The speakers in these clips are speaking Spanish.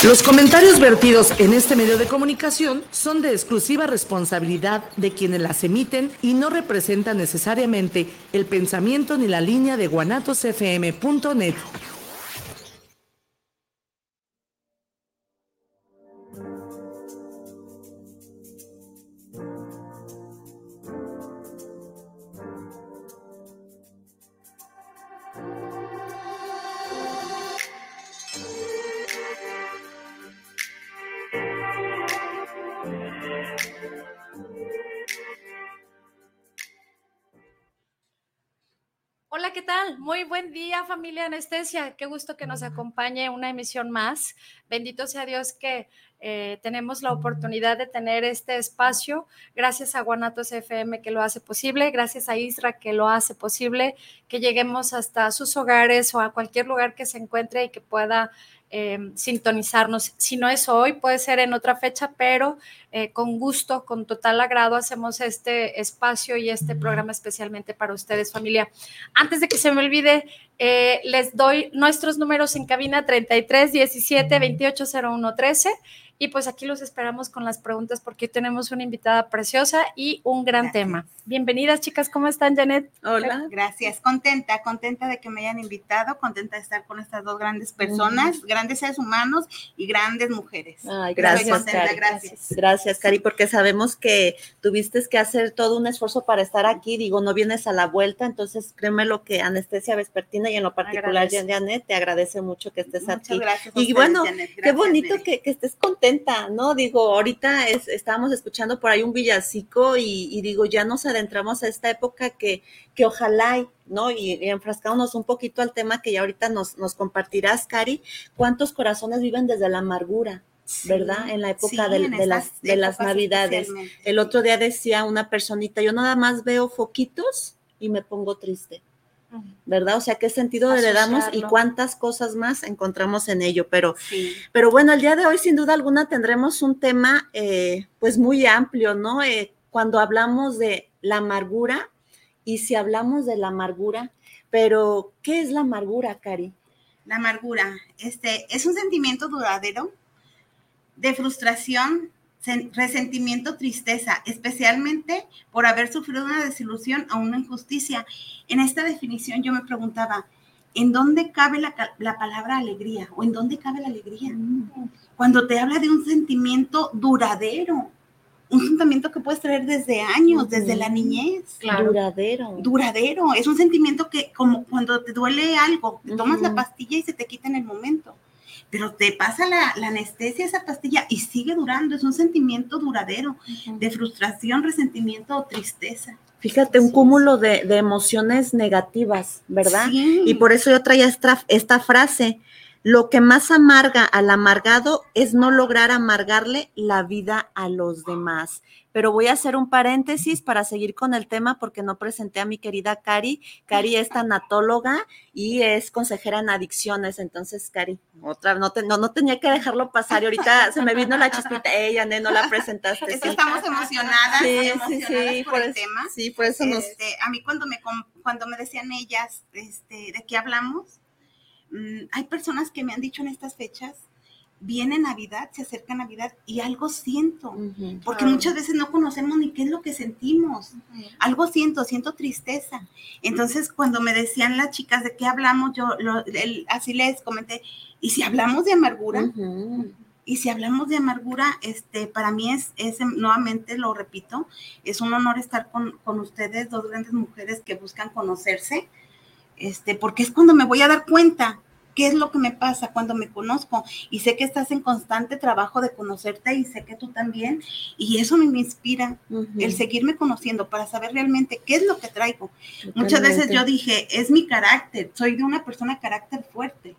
Los comentarios vertidos en este medio de comunicación son de exclusiva responsabilidad de quienes las emiten y no representan necesariamente el pensamiento ni la línea de guanatosfm.net. Hola, ¿qué tal? Muy buen día, familia Anestesia. Qué gusto que nos acompañe una emisión más. Bendito sea Dios que tenemos la oportunidad de tener este espacio. Gracias a Guanatos FM que lo hace posible, gracias a Isra que lo hace posible, que lleguemos hasta sus hogares o a cualquier lugar que se encuentre y que pueda sintonizarnos. Si no es hoy, puede ser en otra fecha, pero con gusto, con total agrado, hacemos este espacio y este programa especialmente para ustedes, familia. Antes de que se me olvide, les doy nuestros números en cabina 33 17 28 01 13 y pues aquí los esperamos con las preguntas porque hoy tenemos una invitada preciosa y un gran tema. Bienvenidas, chicas, ¿cómo están, Janet? Hola. Gracias, contenta de que me hayan invitado, contenta de estar con estas dos grandes personas, grandes seres humanos y grandes mujeres. Ay, gracias, Cari. Gracias, Cari, porque sabemos que tuviste que hacer todo un esfuerzo para estar aquí, digo, no vienes a la vuelta, entonces créeme lo que Anestesia Vespertina y en lo particular Janet te agradece mucho que estés aquí. Gracias. Y bueno, Janet, qué bonito que estés contenta, ¿no? Digo, ahorita estábamos escuchando por ahí un villancico y digo, ya nos adentramos a esta época que ojalá, ¿no? Y enfrascándonos un poquito al tema que ya ahorita nos compartirás, Cari, ¿cuántos corazones viven desde la amargura? ¿Verdad? En la época de las Navidades. El otro día decía una personita, yo nada más veo foquitos y me pongo triste. ¿Verdad? O sea, ¿qué sentido le damos y cuántas cosas más encontramos en ello? Pero bueno, el día de hoy, sin duda alguna, tendremos un tema, pues muy amplio, ¿no? Cuando hablamos de la amargura, y si hablamos de la amargura, pero ¿qué es la amargura, Cari? La amargura, es un sentimiento duradero de frustración, resentimiento, tristeza, especialmente por haber sufrido una desilusión o una injusticia. En esta definición yo me preguntaba, ¿en dónde cabe la palabra alegría? ¿O en dónde cabe la alegría? Cuando te habla de un sentimiento duradero, un sentimiento que puedes traer desde años, desde la niñez. Claro. Duradero. Es un sentimiento que como cuando te duele algo, te tomas la pastilla y se te quita en el momento. Pero te pasa la anestesia, esa pastilla, y sigue durando. Es un sentimiento duradero de frustración, resentimiento o tristeza. Fíjate, un cúmulo de emociones negativas, ¿verdad? Sí. Y por eso yo traía esta frase, lo que más amarga al amargado es no lograr amargarle la vida a los demás. Pero voy a hacer un paréntesis para seguir con el tema porque no presenté a mi querida Cari. Cari es tanatóloga y es consejera en adicciones. Entonces, Cari, no tenía que dejarlo pasar. Y ahorita se me vino la chispita. Ella, no la presentaste. Es que estamos emocionadas, por el tema. Sí, por eso a mí cuando me decían ellas, ¿de qué hablamos? Hay personas que me han dicho en estas fechas, viene Navidad, se acerca Navidad y algo siento, porque muchas veces no conocemos ni qué es lo que sentimos. Algo siento tristeza. Entonces, cuando me decían las chicas de qué hablamos, yo así les comenté, ¿y si hablamos de amargura? Y si hablamos de amargura, para mí es nuevamente lo repito, es un honor estar con ustedes, dos grandes mujeres que buscan conocerse, porque es cuando me voy a dar cuenta qué es lo que me pasa cuando me conozco, y sé que estás en constante trabajo de conocerte, y sé que tú también, y eso me inspira, el seguirme conociendo para saber realmente qué es lo que traigo. Totalmente. Muchas veces yo dije, es mi carácter, soy de una persona de carácter fuerte,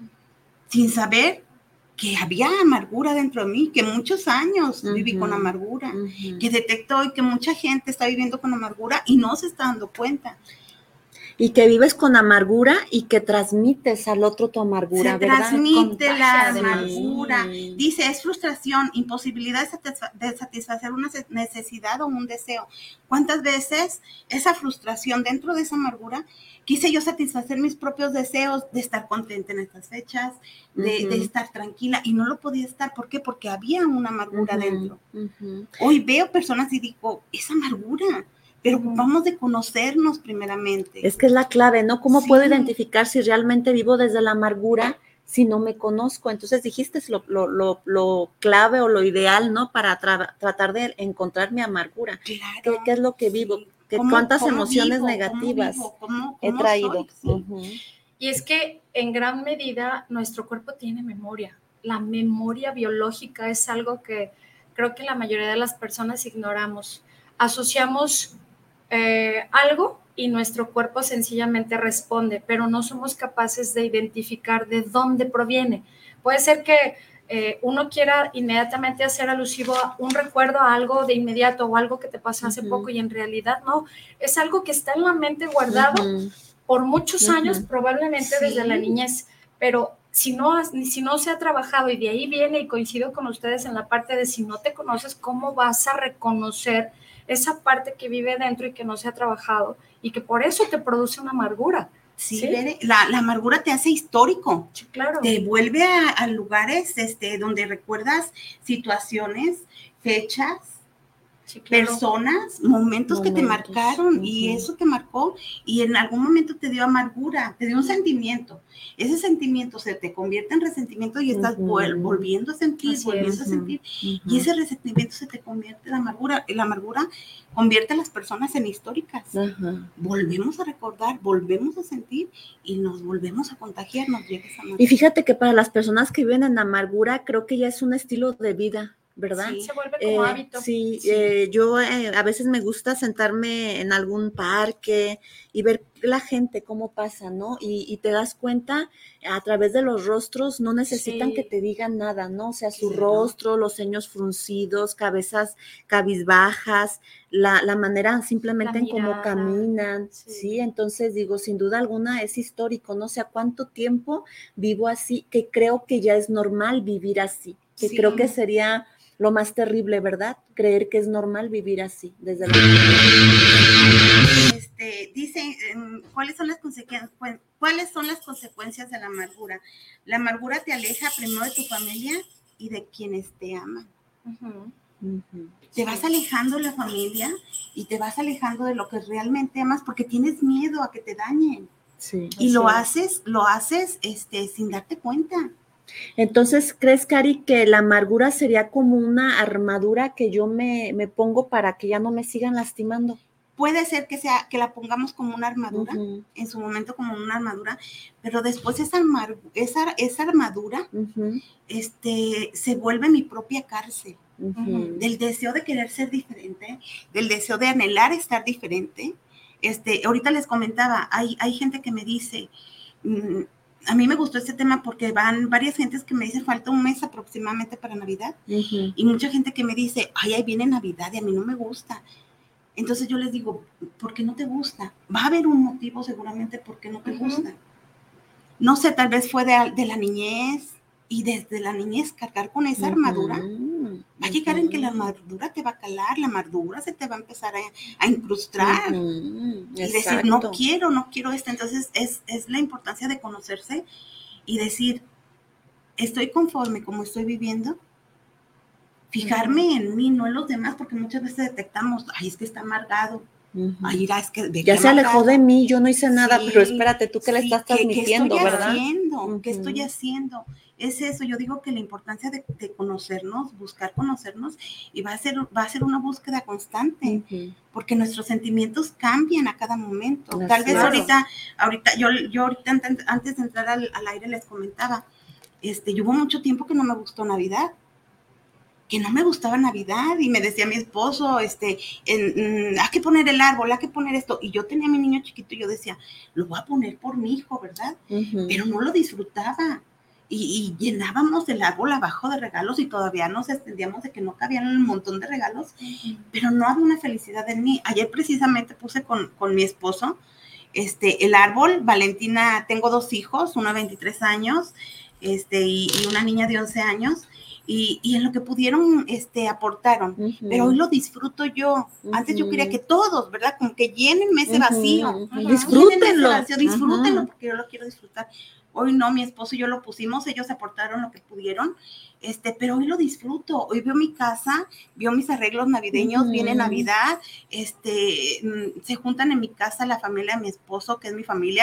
sin saber que había amargura dentro de mí, que muchos años viví con amargura, que detecto hoy que mucha gente está viviendo con amargura y no se está dando cuenta. Y que vives con amargura y que transmites al otro tu amargura, Se ¿verdad? transmite la Contagia, además. amargura. Dice, es frustración, imposibilidad de satisfacer una necesidad o un deseo. ¿Cuántas veces esa frustración dentro de esa amargura quise yo satisfacer mis propios deseos de estar contenta en estas fechas, de estar tranquila, y no lo podía estar? ¿Por qué? Porque había una amargura dentro. Hoy veo personas y digo, es amargura, pero vamos de conocernos primeramente. Es que es la clave, ¿no? ¿Cómo Sí. puedo identificar si realmente vivo desde la amargura si no me conozco? Entonces dijiste es lo clave o lo ideal, ¿no? Para tratar de encontrar mi amargura. Claro. ¿Qué es lo que vivo? Sí. ¿Cuántas ¿Cómo emociones vivo? negativas ¿Cómo he traído? soy? Sí. Y es que en gran medida nuestro cuerpo tiene memoria. La memoria biológica es algo que creo que la mayoría de las personas ignoramos. Asociamos algo y nuestro cuerpo sencillamente responde, pero no somos capaces de identificar de dónde proviene. Puede ser que uno quiera inmediatamente hacer alusivo a un recuerdo, a algo de inmediato o algo que te pasó hace poco, y en realidad no, es algo que está en la mente guardado por muchos años, probablemente desde la niñez, pero si no se ha trabajado, y de ahí viene, y coincido con ustedes en la parte de si no te conoces, ¿cómo vas a reconocer esa parte que vive dentro y que no se ha trabajado y que por eso te produce una amargura? Sí, Bere, la amargura te hace histórico. Sí, claro. Te vuelve a lugares donde recuerdas situaciones, fechas, sí, claro. personas, momentos que te marcaron, y eso te marcó, y en algún momento te dio amargura, te dio un sentimiento. Ese sentimiento se te convierte en resentimiento y estás volviendo a sentir, y ese resentimiento se te convierte en amargura. La amargura convierte a las personas en históricas. Volvemos a recordar, volvemos a sentir y nos volvemos a contagiar, nos llega esa amargura. Y fíjate que para las personas que viven en amargura, creo que ya es un estilo de vida, ¿verdad? Sí, se vuelve como hábito. Sí. Yo a veces me gusta sentarme en algún parque y ver la gente cómo pasa, ¿no? Y te das cuenta a través de los rostros, no necesitan que te digan nada, ¿no? O sea, su rostro, los ceños fruncidos, cabezas cabizbajas, la manera simplemente en cómo caminan, ¿sí? Entonces digo, sin duda alguna es histórico, no sé a cuánto tiempo vivo así, que creo que ya es normal vivir así, que creo que sería lo más terrible, ¿verdad? Creer que es normal vivir así, desde la dice, ¿cuáles son las consecuencias de la amargura? La amargura te aleja primero de tu familia y de quienes te aman. Te vas alejando de la familia y te vas alejando de lo que realmente amas porque tienes miedo a que te dañen. Sí, y lo haces sin darte cuenta. Entonces, ¿crees, Cari, que la amargura sería como una armadura que yo me pongo para que ya no me sigan lastimando? Puede ser que la pongamos como una armadura, en su momento como una armadura, pero después esa armadura se vuelve mi propia cárcel, del deseo de querer ser diferente, del deseo de anhelar estar diferente. Ahorita les comentaba, hay gente que me dice, a mí me gustó este tema porque van varias gentes que me dicen falta un mes aproximadamente para Navidad, y mucha gente que me dice, ay, ahí viene Navidad y a mí no me gusta. Entonces yo les digo, ¿por qué no te gusta? Va a haber un motivo seguramente por qué no te gusta. No sé, tal vez fue de la niñez, y desde la niñez cargar con esa armadura, va a llegar en que la armadura te va a calar, la armadura se te va a empezar a incrustar, y decir, no quiero esto. Entonces es la importancia de conocerse y decir, estoy conforme como estoy viviendo. Fijarme en mí, no en los demás, porque muchas veces detectamos, ay, es que está amargado. Ay, es que ya se alejó de mí, yo no hice nada, pero espérate, tú que le estás transmitiendo, ¿verdad? ¿Qué estoy haciendo? Es eso, yo digo que la importancia de conocernos, buscar conocernos, y va a ser una búsqueda constante, porque nuestros sentimientos cambian a cada momento. Tal vez ahorita, yo ahorita antes de entrar al aire les comentaba, hubo mucho tiempo que no me gustó Navidad, que no me gustaba Navidad, y me decía mi esposo, hay que poner el árbol, hay que poner esto, y yo tenía a mi niño chiquito y yo decía, lo voy a poner por mi hijo, ¿verdad? Pero no lo disfrutaba, y llenábamos el árbol abajo de regalos, y todavía nos extendíamos de que no cabían un montón de regalos, pero no había una felicidad en mí. Ayer precisamente puse con mi esposo, El árbol, Valentina, tengo 2 hijos, uno de 23 años, y una niña de 11 años, y en lo que pudieron, aportaron, pero hoy lo disfruto yo. Antes yo quería que todos, ¿verdad? Como que llénenme ese vacío. Disfrútenlo. Disfrútenlo porque yo lo quiero disfrutar. Hoy no, mi esposo y yo lo pusimos, ellos aportaron lo que pudieron, pero hoy lo disfruto. Hoy veo mi casa, veo mis arreglos navideños, viene Navidad, se juntan en mi casa la familia de mi esposo, que es mi familia,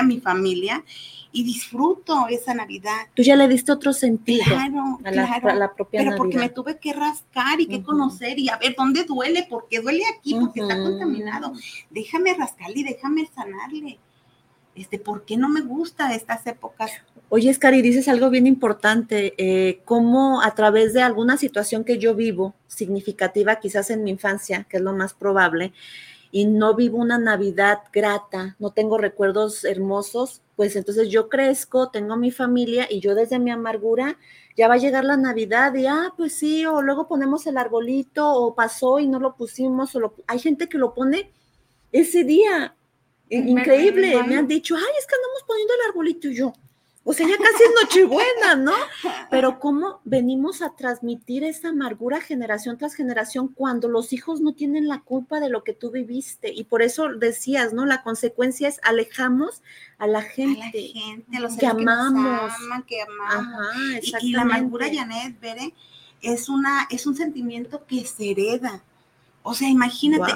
y disfruto esa Navidad. Tú ya le diste otro sentido a la propia Navidad. Pero porque me tuve que rascar y que conocer y a ver dónde duele, porque duele aquí, porque está contaminado. Déjame rascarle y déjame sanarle. ¿Por qué no me gusta estas épocas? Oye, Scary, dices algo bien importante, cómo a través de alguna situación que yo vivo, significativa quizás en mi infancia, que es lo más probable, y no vivo una Navidad grata, no tengo recuerdos hermosos, pues entonces yo crezco, tengo mi familia y yo desde mi amargura, ya va a llegar la Navidad y, pues sí, o luego ponemos el arbolito, o pasó y no lo pusimos, hay gente que lo pone ese día. Increíble, me han dicho, es que andamos poniendo el arbolito, y yo, o sea, ya casi es Nochebuena, ¿no? Pero cómo venimos a transmitir esa amargura generación tras generación cuando los hijos no tienen la culpa de lo que tú viviste, y por eso decías, ¿no? La consecuencia es alejamos a la gente, a los seres que nos aman, que amamos. Ajá, y la amargura, Janet, Bere, es un sentimiento que se hereda. O sea, imagínate,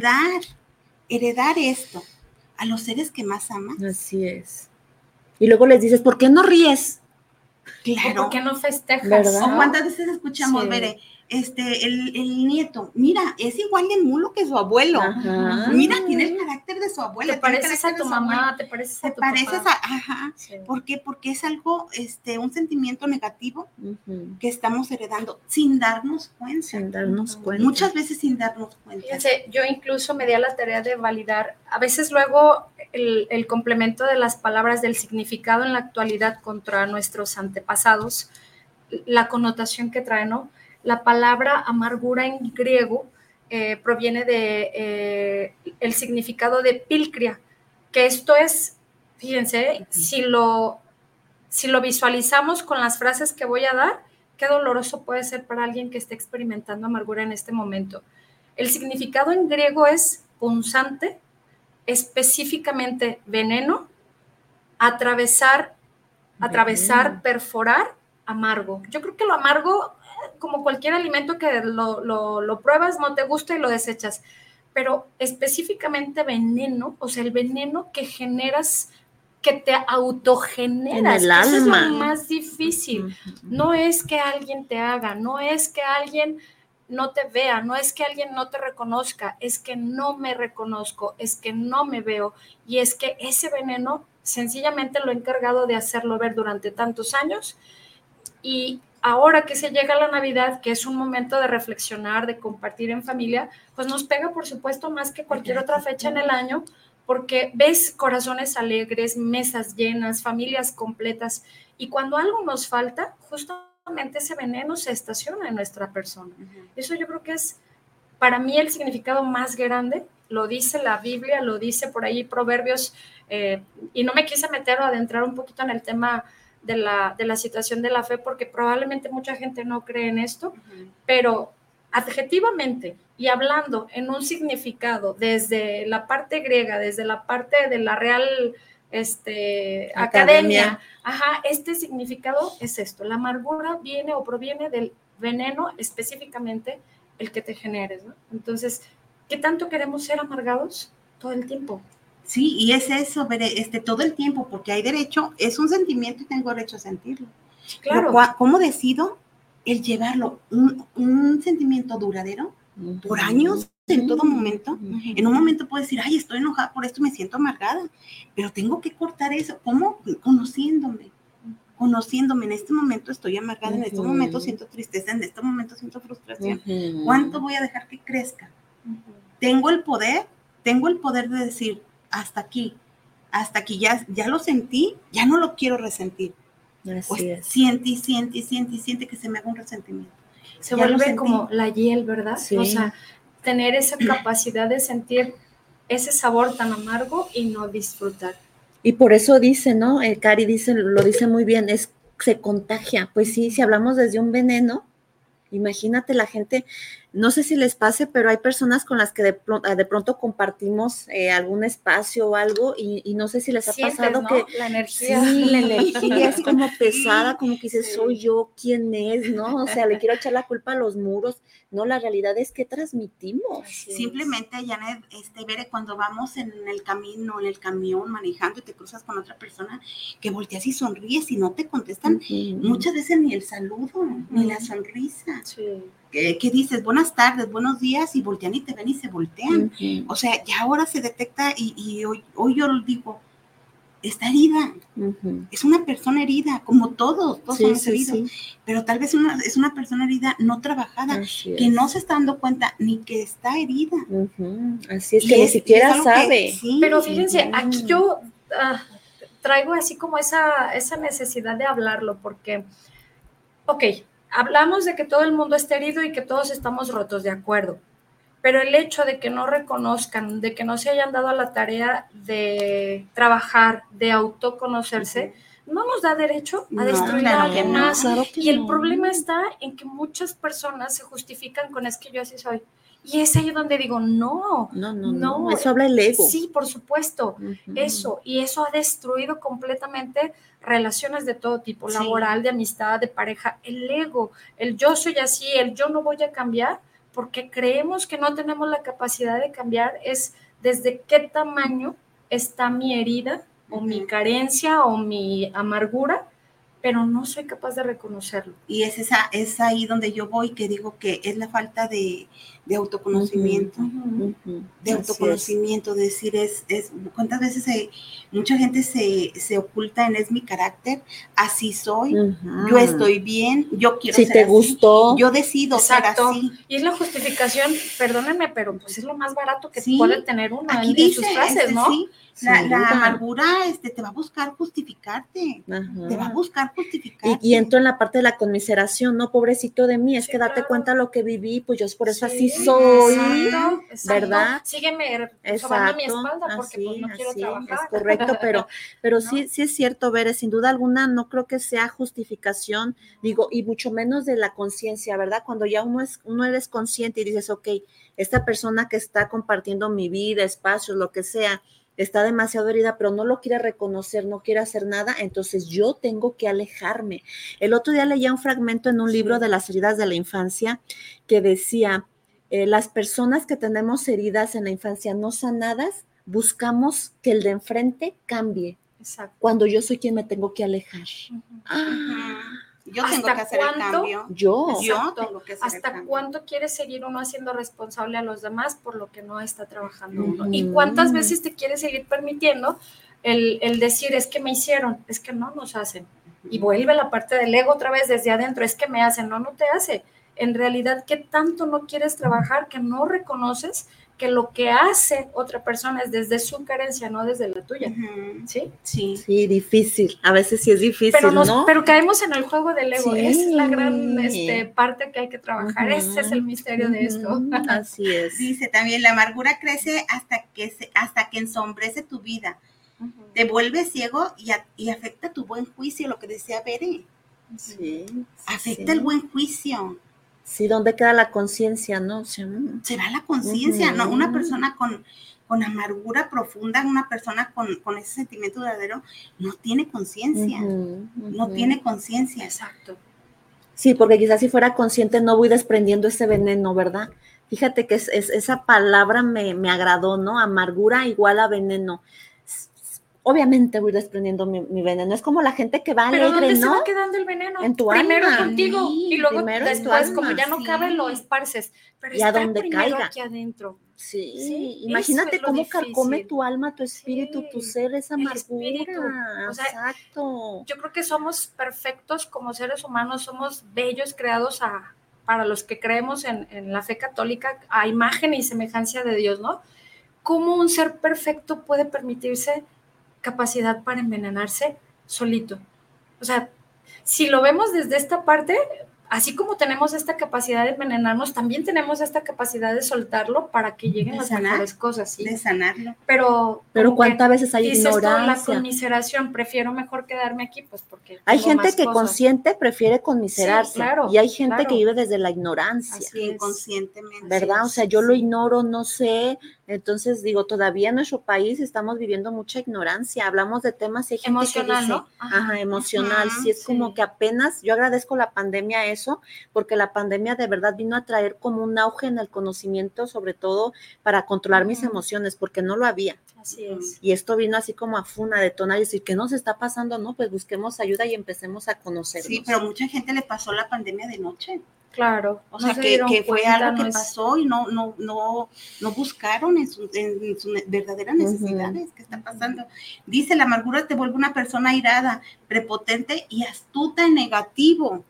heredar esto a los seres que más aman. Así es. Y luego les dices, ¿por qué no ríes? Claro. ¿Por qué no festejas? ¿Verdad? ¿O cuántas veces escuchamos, Bere, el nieto, mira, es igual de mulo que su abuelo. Ajá. Mira, tiene el carácter de su abuela. Te pareces a tu mamá, te pareces a tu papá. Sí. ¿Por qué? Porque es algo, un sentimiento negativo que estamos heredando sin darnos cuenta. Muchas veces sin darnos cuenta. Fíjense, yo incluso me di a la tarea de validar, a veces luego el complemento de las palabras del significado en la actualidad contra nuestros antepasados, la connotación que trae, ¿no? La palabra amargura en griego proviene de el significado de pilcria, que esto es, fíjense, si lo visualizamos con las frases que voy a dar, qué doloroso puede ser para alguien que esté experimentando amargura en este momento. El significado en griego es punzante, específicamente veneno, atravesar, perforar, amargo. Yo creo que lo amargo, como cualquier alimento que lo pruebas, no te gusta y lo desechas, pero específicamente veneno, o sea, el veneno que generas, que te autogeneras, en el alma. Eso es lo más difícil. No es que alguien te haga, no es que alguien no te vea, no es que alguien no te reconozca, es que no me reconozco, es que no me veo, y es que ese veneno sencillamente lo he encargado de hacerlo ver durante tantos años, y ahora que se llega la Navidad, que es un momento de reflexionar, de compartir en familia, pues nos pega, por supuesto, más que cualquier otra fecha en el año, porque ves corazones alegres, mesas llenas, familias completas, y cuando algo nos falta, justamente ese veneno se estaciona en nuestra persona. Eso yo creo que es, para mí, el significado más grande. Lo dice la Biblia, lo dice por ahí Proverbios, y no me quise meter o adentrar un poquito en el tema de la situación de la fe, porque probablemente mucha gente no cree en esto, pero adjetivamente y hablando en un significado desde la parte griega, desde la parte de la Real Academia, este significado es esto: la amargura viene o proviene del veneno, específicamente el que te generes, ¿no? Entonces, ¿qué tanto queremos ser amargados todo el tiempo? Sí, y es eso, todo el tiempo, porque hay derecho, es un sentimiento y tengo derecho a sentirlo. Claro. Pero ¿cómo decido el llevarlo? Un sentimiento duradero, por años, en todo momento. En un momento puedo decir, estoy enojada por esto, me siento amargada, pero tengo que cortar eso. ¿Cómo? Conociéndome. En este momento estoy amargada, en este momento siento tristeza, en este momento siento frustración. ¿Cuánto voy a dejar que crezca? Tengo el poder de decir, hasta aquí, ya lo sentí, ya no lo quiero resentir. Pues siente que se me haga un resentimiento. Se vuelve como la hiel, ¿verdad? Sí. O sea, tener esa capacidad de sentir ese sabor tan amargo y no disfrutar. Y por eso dice, ¿no? Cari dice, lo dice muy bien, se contagia. Pues sí, si hablamos desde un veneno, imagínate la gente, no sé si les pase, pero hay personas con las que de pronto compartimos algún espacio o algo y no sé si les ha pasado, ¿no? Que la energía. Sí, la energía es como pesada, como que dices, soy yo, ¿quién es? ¿No? O sea, le quiero echar la culpa a los muros. No, la realidad es que transmitimos. Simplemente, Janet, Bere, cuando vamos en el camino, en el camión, manejando y te cruzas con otra persona, que volteas y sonríes y no te contestan, muchas veces ni el saludo, ni la sonrisa. Sí. Que dices, buenas tardes, buenos días, y voltean y te ven y se voltean. O sea, ya ahora se detecta y hoy yo digo, está herida, es una persona herida, como todos somos heridos, pero tal vez es una persona herida no trabajada, que no se está dando cuenta ni que está herida. Así es, que ni siquiera sabe. Pero fíjense, aquí yo traigo así como esa necesidad de hablarlo, porque, hablamos de que todo el mundo está herido y que todos estamos rotos, de acuerdo. Pero el hecho de que no reconozcan, de que no se hayan dado a la tarea de trabajar, de autoconocerse, no nos da derecho a destruir a alguien más. Claro y el problema está en que muchas personas se justifican con es que yo así soy. Y es ahí donde digo, no. Eso habla el ego. Sí, por supuesto, eso. Y eso ha destruido completamente relaciones de todo tipo, laboral, de amistad, de pareja. El ego, el yo soy así, el yo no voy a cambiar, porque creemos que no tenemos la capacidad de cambiar, es desde qué tamaño está mi herida o mi carencia o mi amargura, pero no soy capaz de reconocerlo. Y es ahí donde yo voy, que digo que es la falta de autoconocimiento, de autoconocimiento, decir, cuántas veces mucha gente se oculta en es mi carácter, así soy, yo estoy bien, yo quiero ser así. Si te gustó. Yo decido ser así. Y es la justificación, perdónenme, pero pues es lo más barato que puede tener uno en sus frases, ¿no? Sí. La amargura te va a buscar justificarte, te va a buscar justificarte. Y entro en la parte de la conmiseración, ¿no? Pobrecito de mí, es que date cuenta lo que viví, pues yo por eso así soy, exacto. ¿Verdad? Sígueme sobando mi espalda porque pues no quiero trabajar. Es correcto, pero ¿no? sí es cierto, Bere, sin duda alguna no creo que sea justificación, digo, y mucho menos de la conciencia, ¿verdad? Cuando ya uno eres consciente y dices, ok, esta persona que está compartiendo mi vida, espacios, lo que sea, está demasiado herida, pero no lo quiere reconocer, no quiere hacer nada, entonces yo tengo que alejarme. El otro día leía un fragmento en un libro de las heridas de la infancia que decía, las personas que tenemos heridas en la infancia no sanadas, buscamos que el de enfrente cambie. Exacto. Cuando yo soy quien me tengo que alejar. Yo tengo que hacer el cambio. Yo tengo que hacer ¿Hasta cuánto quiere seguir uno haciendo responsable a los demás por lo que no está trabajando uno? ¿Y cuántas veces te quieres seguir permitiendo el decir, es que me hicieron, es que no nos hacen? Y vuelve la parte del ego otra vez desde adentro, es que me hacen, no te hace. En realidad, ¿qué tanto no quieres trabajar que no reconoces que lo que hace otra persona es desde su carencia, no desde la tuya? Sí, difícil. A veces sí es difícil, ¿no? Pero caemos en el juego del ego. Es la gran parte que hay que trabajar. Ese es el misterio de esto. Así es. Dice también, la amargura crece hasta que ensombrece tu vida. Te vuelve ciego y afecta tu buen juicio, lo que decía Bere. Afecta el buen juicio. Sí, ¿dónde queda la conciencia, no? Se va la conciencia, ¿no? Una persona con amargura profunda, una persona con ese sentimiento verdadero, no tiene conciencia, no tiene conciencia. Exacto. Sí, porque quizás si fuera consciente no voy desprendiendo ese veneno, ¿verdad? Fíjate que esa palabra me agradó, ¿no? Amargura igual a veneno. Obviamente voy desprendiendo mi veneno. Es como la gente que va alegre, ¿no? ¿Pero dónde se va quedando el veneno? En tu primero alma. Contigo y luego después, como ya no sí. cabe, lo esparces. Pero y a está donde primero caiga. Aquí adentro. Sí. Imagínate cómo carcome tu alma, tu espíritu, tu ser, esa amargura. O sea, exacto. Yo creo que somos perfectos como seres humanos, somos bellos, creados para los que creemos en la fe católica, a imagen y semejanza de Dios, ¿no? ¿Cómo un ser perfecto puede permitirse capacidad para envenenarse solito? O sea, si lo vemos desde esta parte, así como tenemos esta capacidad de envenenarnos, también tenemos esta capacidad de soltarlo para que lleguen las mejores cosas, ¿sí? De sanarlo. Pero ¿cuántas veces hay dices ignorancia? Tú, la conmiseración, prefiero mejor quedarme aquí, pues porque hay tengo gente más que cosas. Consciente prefiere conmiserarse, sí, claro, y hay gente claro. que vive desde la ignorancia. Así inconscientemente. ¿Verdad? O sea, yo lo ignoro, no sé. Entonces, digo, todavía en nuestro país estamos viviendo mucha ignorancia. Hablamos de temas y hay gente emocional, que dice, ¿no? Ajá, emocional. Sí, es como que apenas, yo agradezco la pandemia a eso, porque la pandemia de verdad vino a traer como un auge en el conocimiento, sobre todo para controlar mis emociones, porque no lo había. Así es. Y esto vino así como a detonar y decir, ¿qué nos está pasando? No, pues busquemos ayuda y empecemos a conocernos. Sí, pero mucha gente le pasó la pandemia de noche. Claro, o sea, que fue algo que pasó y no buscaron en sus verdaderas necesidades. ¿Qué está pasando? Dice, la amargura te vuelve una persona airada, prepotente y astuta en negativo.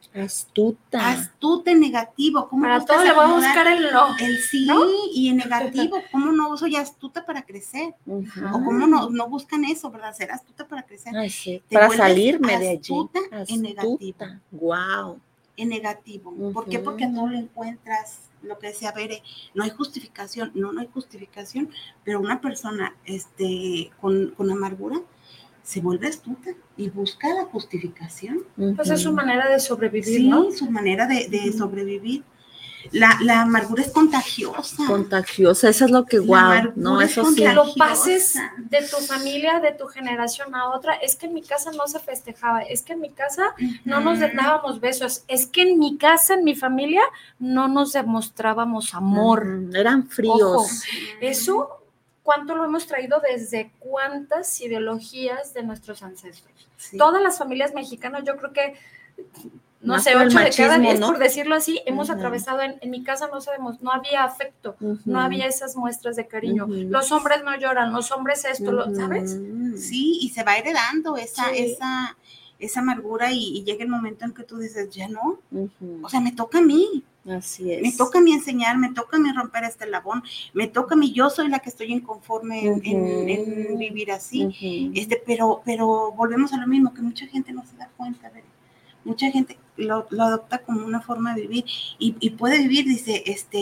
Astuta en negativo. ¿Cómo para todo le voy a buscar el no. El sí, ¿no? Y en negativo. ¿Cómo no soy astuta para crecer? O cómo no buscan eso, ¿verdad? Ser astuta para crecer. Ay, sí. Para salirme de allí. Astuta en negativo. Wow. En negativo. ¿Por qué? Porque a todo le encuentras, lo que decía Bere, no hay justificación, no hay justificación, pero una persona con amargura se vuelve astuta y busca la justificación. Pues es su manera de sobrevivir, sí, ¿no? Su manera de sobrevivir. La amargura es contagiosa. Contagiosa, eso es lo que no, eso sí. Que lo pases de tu familia, de tu generación a otra. Es que en mi casa no se festejaba, es que en mi casa no nos dábamos besos, es que en mi casa, en mi familia, no nos demostrábamos amor. Eran fríos. Ojo, eso, ¿cuánto lo hemos traído desde cuántas ideologías de nuestros ancestros? Sí. Todas las familias mexicanas, yo creo que no sé, 8 de cada 10, ¿no? Por decirlo así, hemos atravesado, en mi casa no había afecto, no había esas muestras de cariño. Los hombres no lloran, los hombres esto, ¿sabes? Sí, y se va heredando esa amargura y llega el momento en que tú dices, ya no, o sea, me toca a mí. Así es. Me toca a mí enseñar, me toca a mí romper este labón, me toca a mí, yo soy la que estoy inconforme en vivir así, pero volvemos a lo mismo, que mucha gente no se da cuenta de mucha gente lo adopta como una forma de vivir y puede vivir, dice,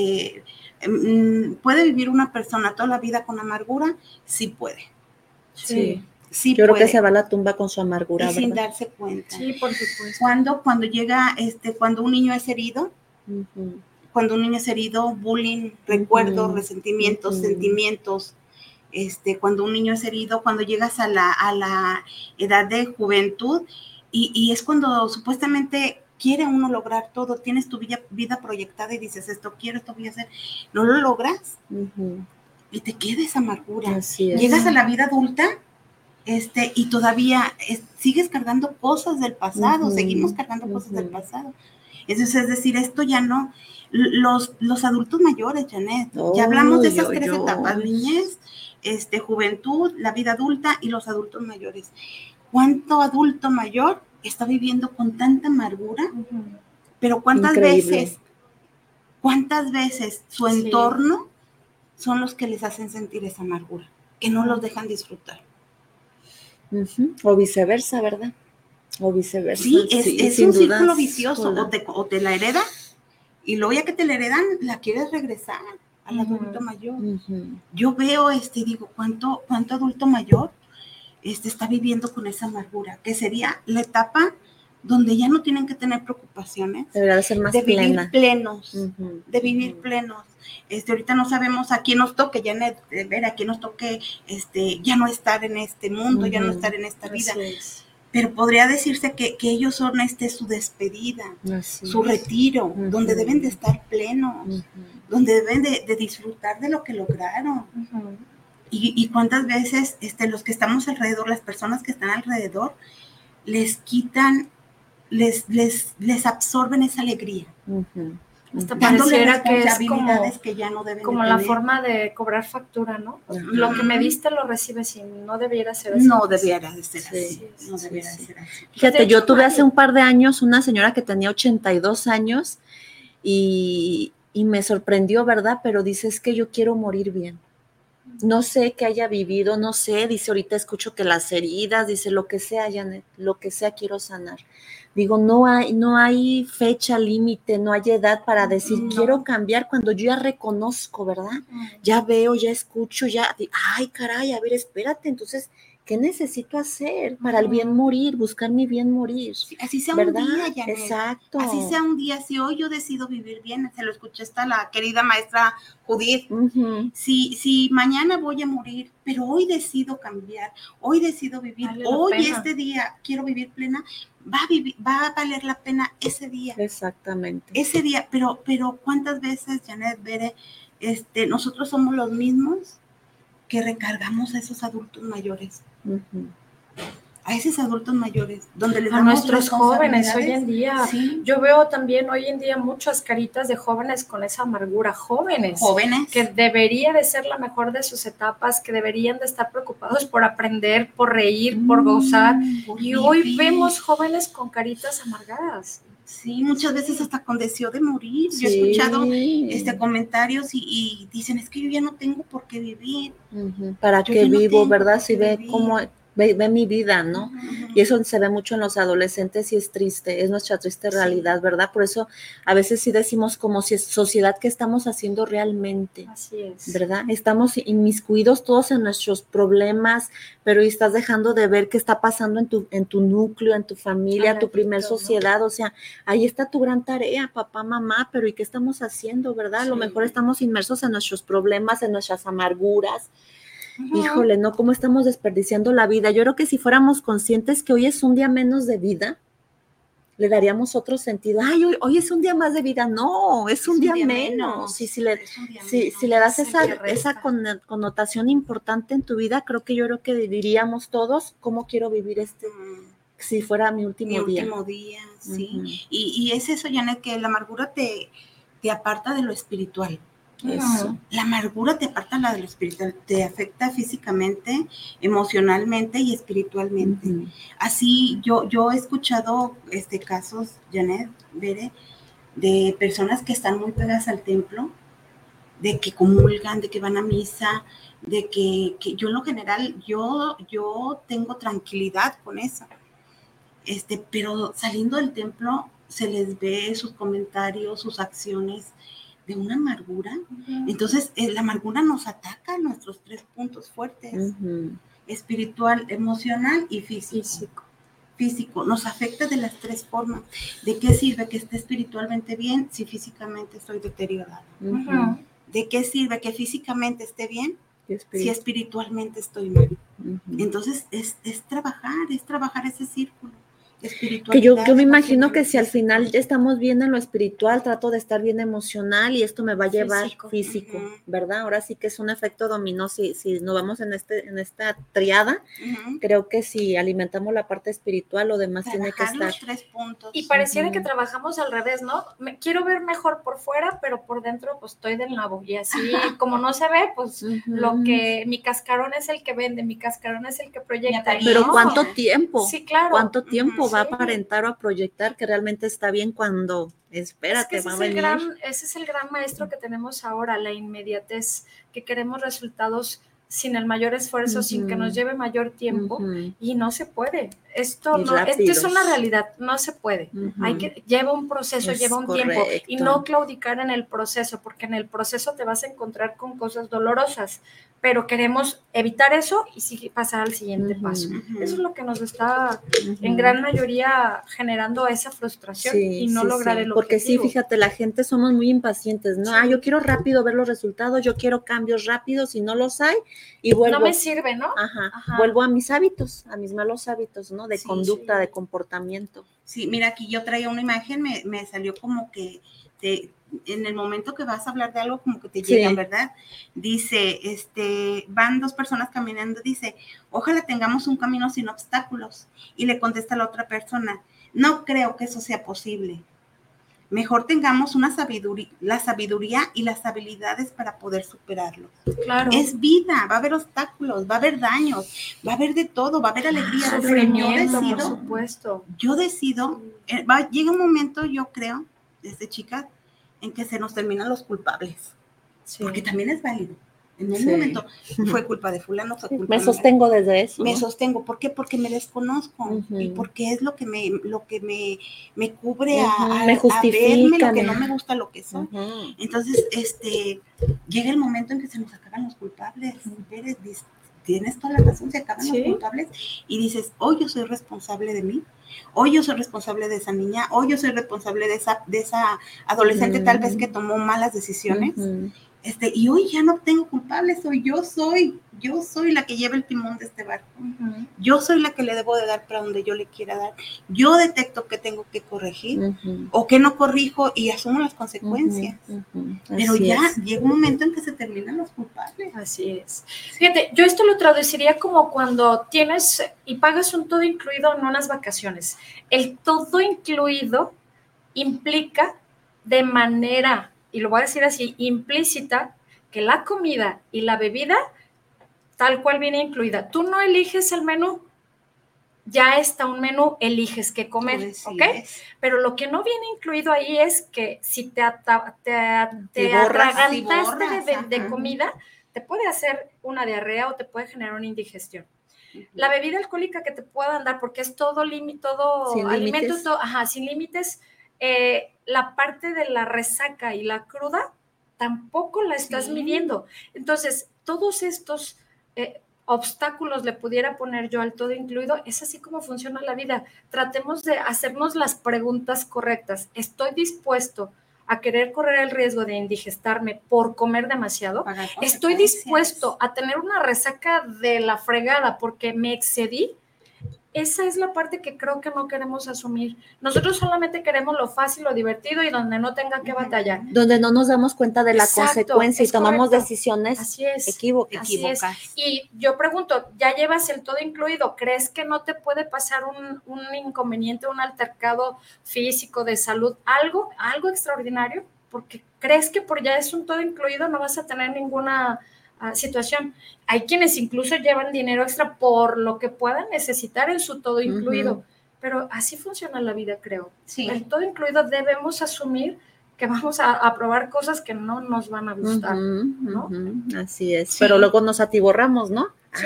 ¿puede vivir una persona toda la vida con amargura? Sí puede. Sí. Sí, yo creo que se va a la tumba con su amargura, y sin darse cuenta. Sí, por supuesto. Cuando llega, cuando un niño es herido, bullying, recuerdos, resentimientos, sentimientos, cuando un niño es herido, cuando llegas a la edad de juventud, y es cuando supuestamente quiere uno lograr todo, tienes tu vida proyectada y dices, esto quiero, esto voy a hacer, no lo logras, y te queda esa amargura. Llegas a la vida adulta, y todavía sigues cargando cosas del pasado, seguimos cargando cosas del pasado. Entonces, es decir, esto ya no, los adultos mayores, Janet, ya hablamos de esas tres etapas, niñez, juventud, la vida adulta y los adultos mayores. ¿Cuánto adulto mayor está viviendo con tanta amargura? Pero ¿cuántas veces su entorno son los que les hacen sentir esa amargura, que no los dejan disfrutar? O viceversa, ¿verdad? O viceversa. Sí, es un círculo vicioso, o te la heredan, y luego ya que te la heredan, la quieres regresar al adulto mayor. Yo veo, digo, ¿cuánto adulto mayor está viviendo con esa amargura? Que sería la etapa donde ya no tienen que tener preocupaciones. Debería ser más plena. De vivir plenos. Ahorita no sabemos a quién nos toque, ya ver a quién nos toque, ya no estar en este mundo, ya no estar en esta vida. Pero podría decirse que ellos son su despedida, su retiro, donde deben de estar plenos, donde deben de disfrutar de lo que lograron. Y cuántas veces los que estamos alrededor, las personas que están alrededor, les quitan, les absorben esa alegría. Hasta pareciera que es que ya no deben como de la tener. Forma de cobrar factura, ¿no? Lo que me diste lo recibes y no debiera ser así. No debiera de ser así. No debiera de ser así. Fíjate, yo tuve hace un par de años una señora que tenía 82 años y me sorprendió, ¿verdad? Pero dice, es que yo quiero morir bien. No sé qué haya vivido, no sé, dice ahorita escucho que las heridas, dice lo que sea, Janet, lo que sea quiero sanar. Digo, no hay fecha límite, no hay edad para decir quiero cambiar cuando yo ya reconozco, ¿verdad? Ya veo, ya escucho, ay, caray, a ver, espérate, entonces, ¿qué necesito hacer para el bien morir, buscar mi bien morir? Sí, así sea ¿verdad? un día, Janet. Exacto. Así sea un día, si hoy yo decido vivir bien, se lo escuché hasta la querida maestra Judith. Si mañana voy a morir, pero hoy decido cambiar, hoy decido vivir, vale hoy este día quiero vivir plena, va a valer la pena ese día. Exactamente. Ese día, pero ¿cuántas veces, Janet, Bere, nosotros somos los mismos que recargamos a esos adultos mayores? A esos adultos mayores, donde les damos nuestros jóvenes hoy en día. Sí. Yo veo también hoy en día muchas caritas de jóvenes con esa amargura, jóvenes que debería de ser la mejor de sus etapas, que deberían de estar preocupados por aprender, por reír, por gozar, y hoy vemos jóvenes con caritas amargadas. Sí, muchas veces hasta con deseo de morir. Sí. Yo he escuchado comentarios y dicen, es que yo ya no tengo por qué vivir. ¿Para qué vivo, verdad? Si ve cómo ve mi vida, ¿no? Y eso se ve mucho en los adolescentes y es triste, es nuestra triste realidad, ¿verdad? Por eso a veces sí decimos como si es sociedad, ¿qué estamos haciendo realmente? Así es. ¿Verdad? Estamos inmiscuidos todos en nuestros problemas, pero estás dejando de ver qué está pasando en tu núcleo, en tu familia, tu primer sociedad, ¿no? O sea, ahí está tu gran tarea, papá, mamá, pero ¿y qué estamos haciendo, verdad? A lo mejor estamos inmersos en nuestros problemas, en nuestras amarguras. Híjole, ¿no? ¿Cómo estamos desperdiciando la vida? Yo creo que si fuéramos conscientes que hoy es un día menos de vida, le daríamos otro sentido. Ay, hoy es un día más de vida. No, es un día menos. Si le das esa connotación importante en tu vida, yo creo que diríamos todos, ¿cómo quiero vivir si fuera mi último día? Mi último día, sí. Y es eso, Janet, que la amargura te aparta de lo espiritual. Eso. La amargura te aparta de lo espiritual, te afecta físicamente, emocionalmente y espiritualmente. Así, yo he escuchado casos, Janet, Bere, de personas que están muy pegadas al templo, de que comulgan, de que van a misa, de que yo en lo general, yo tengo tranquilidad con eso. Pero saliendo del templo se les ve sus comentarios, sus acciones de una amargura. Entonces, la amargura nos ataca en nuestros 3 puntos fuertes, espiritual, emocional y físico. Físico, nos afecta de las 3 formas. ¿De qué sirve que esté espiritualmente bien si físicamente estoy deteriorada? ¿De qué sirve que físicamente esté bien si espiritualmente estoy mal? Entonces, es trabajar ese círculo. Que yo me imagino que si al final ya estamos bien en lo espiritual, trato de estar bien emocional y esto me va a llevar físico, ¿verdad? Ahora sí que es un efecto dominó, si nos vamos en esta triada, creo que si alimentamos la parte espiritual, lo demás tiene que estar. Los 3 puntos. Y pareciera que trabajamos al revés, ¿no? Quiero ver mejor por fuera, pero por dentro pues estoy del nabo y así como no se ve, pues lo que mi cascarón es el que vende, mi cascarón es el que proyecta. Pero ¿cuánto tiempo? Sí, claro. ¿Cuánto tiempo va a aparentar o a proyectar que realmente está bien cuando, espérate, va a venir? Ese es el gran maestro que tenemos ahora, la inmediatez, que queremos resultados sin el mayor esfuerzo, sin que nos lleve mayor tiempo, y no se puede. Esto es una realidad, no se puede. Lleva un proceso, lleva un tiempo, y no claudicar en el proceso, porque en el proceso te vas a encontrar con cosas dolorosas, pero queremos evitar eso y pasar al siguiente paso. Eso es lo que nos está, en gran mayoría, generando esa frustración y no lograr el objetivo. Porque sí, fíjate, la gente somos muy impacientes, ¿no? Yo quiero rápido ver los resultados, yo quiero cambios rápidos, y no los hay, y vuelvo. No me sirve, ¿no? Vuelvo a mis hábitos, a mis malos hábitos, ¿no? De conducta, de comportamiento. Sí, mira, aquí yo traía una imagen, me salió como que en el momento que vas a hablar de algo, como que te llegan, ¿verdad? Dice, van 2 personas caminando, dice, ojalá tengamos un camino sin obstáculos. Y le contesta a la otra persona, no creo que eso sea posible. Mejor tengamos la sabiduría y las habilidades para poder superarlo. Claro. Es vida, va a haber obstáculos, va a haber daños, va a haber de todo, va a haber alegría. Sufrimiento, por supuesto. Yo decido, llega un momento, yo creo, desde chica, en que se nos terminan los culpables. Porque también es válido. En el momento, fue culpa de fulano, fue culpa me sostengo mía. desde eso. Me sostengo, ¿por qué? Porque me desconozco y porque es lo que me cubre me justifica, a verme lo que no me gusta, lo que soy. Entonces, llega el momento en que se nos acaban los culpables. Tienes toda la razón, se acaban los culpables y dices, hoy yo soy responsable de mí, hoy yo soy responsable de esa niña, hoy yo soy responsable de esa adolescente tal vez que tomó malas decisiones. Y hoy ya no tengo culpables, yo soy la que lleva el timón de este barco. Yo soy la que le debo de dar para donde yo le quiera dar. Yo detecto que tengo que corregir o que no corrijo y asumo las consecuencias. Pero ya llega un momento en que se terminan los culpables. Así es. Fíjate, yo esto lo traduciría como cuando tienes y pagas un todo incluido en unas vacaciones. El todo incluido implica de manera, y lo voy a decir así, implícita, que la comida y la bebida tal cual viene incluida. Tú no eliges el menú, ya está un menú, eliges qué comer, ¿ok? Pero lo que no viene incluido ahí es que si te atragantaste de comida, te puede hacer una diarrea o te puede generar una indigestión. La bebida alcohólica que te puedan dar, porque es todo alimento, sin límites, la parte de la resaca y la cruda tampoco la estás midiendo. Entonces, todos estos obstáculos le pudiera poner yo al todo incluido, es así como funciona la vida. Tratemos de hacernos las preguntas correctas. ¿Estoy dispuesto a querer correr el riesgo de indigestarme por comer demasiado? ¿Estoy dispuesto a tener una resaca de la fregada porque me excedí? Esa es la parte que creo que no queremos asumir. Nosotros solamente queremos lo fácil, lo divertido y donde no tenga que batallar. Donde no nos damos cuenta de la consecuencia y tomamos decisiones equívocas. Y yo pregunto, ¿ya llevas el todo incluido? ¿Crees que no te puede pasar un inconveniente, un altercado físico, de salud, algo extraordinario? Porque crees que por ya es un todo incluido no vas a tener ninguna situación. Hay quienes incluso llevan dinero extra por lo que puedan necesitar en su todo incluido, pero así funciona la vida, creo. El todo incluido debemos asumir que vamos a probar cosas que no nos van a gustar, ¿no? Así es, pero luego nos atiborramos, ¿no?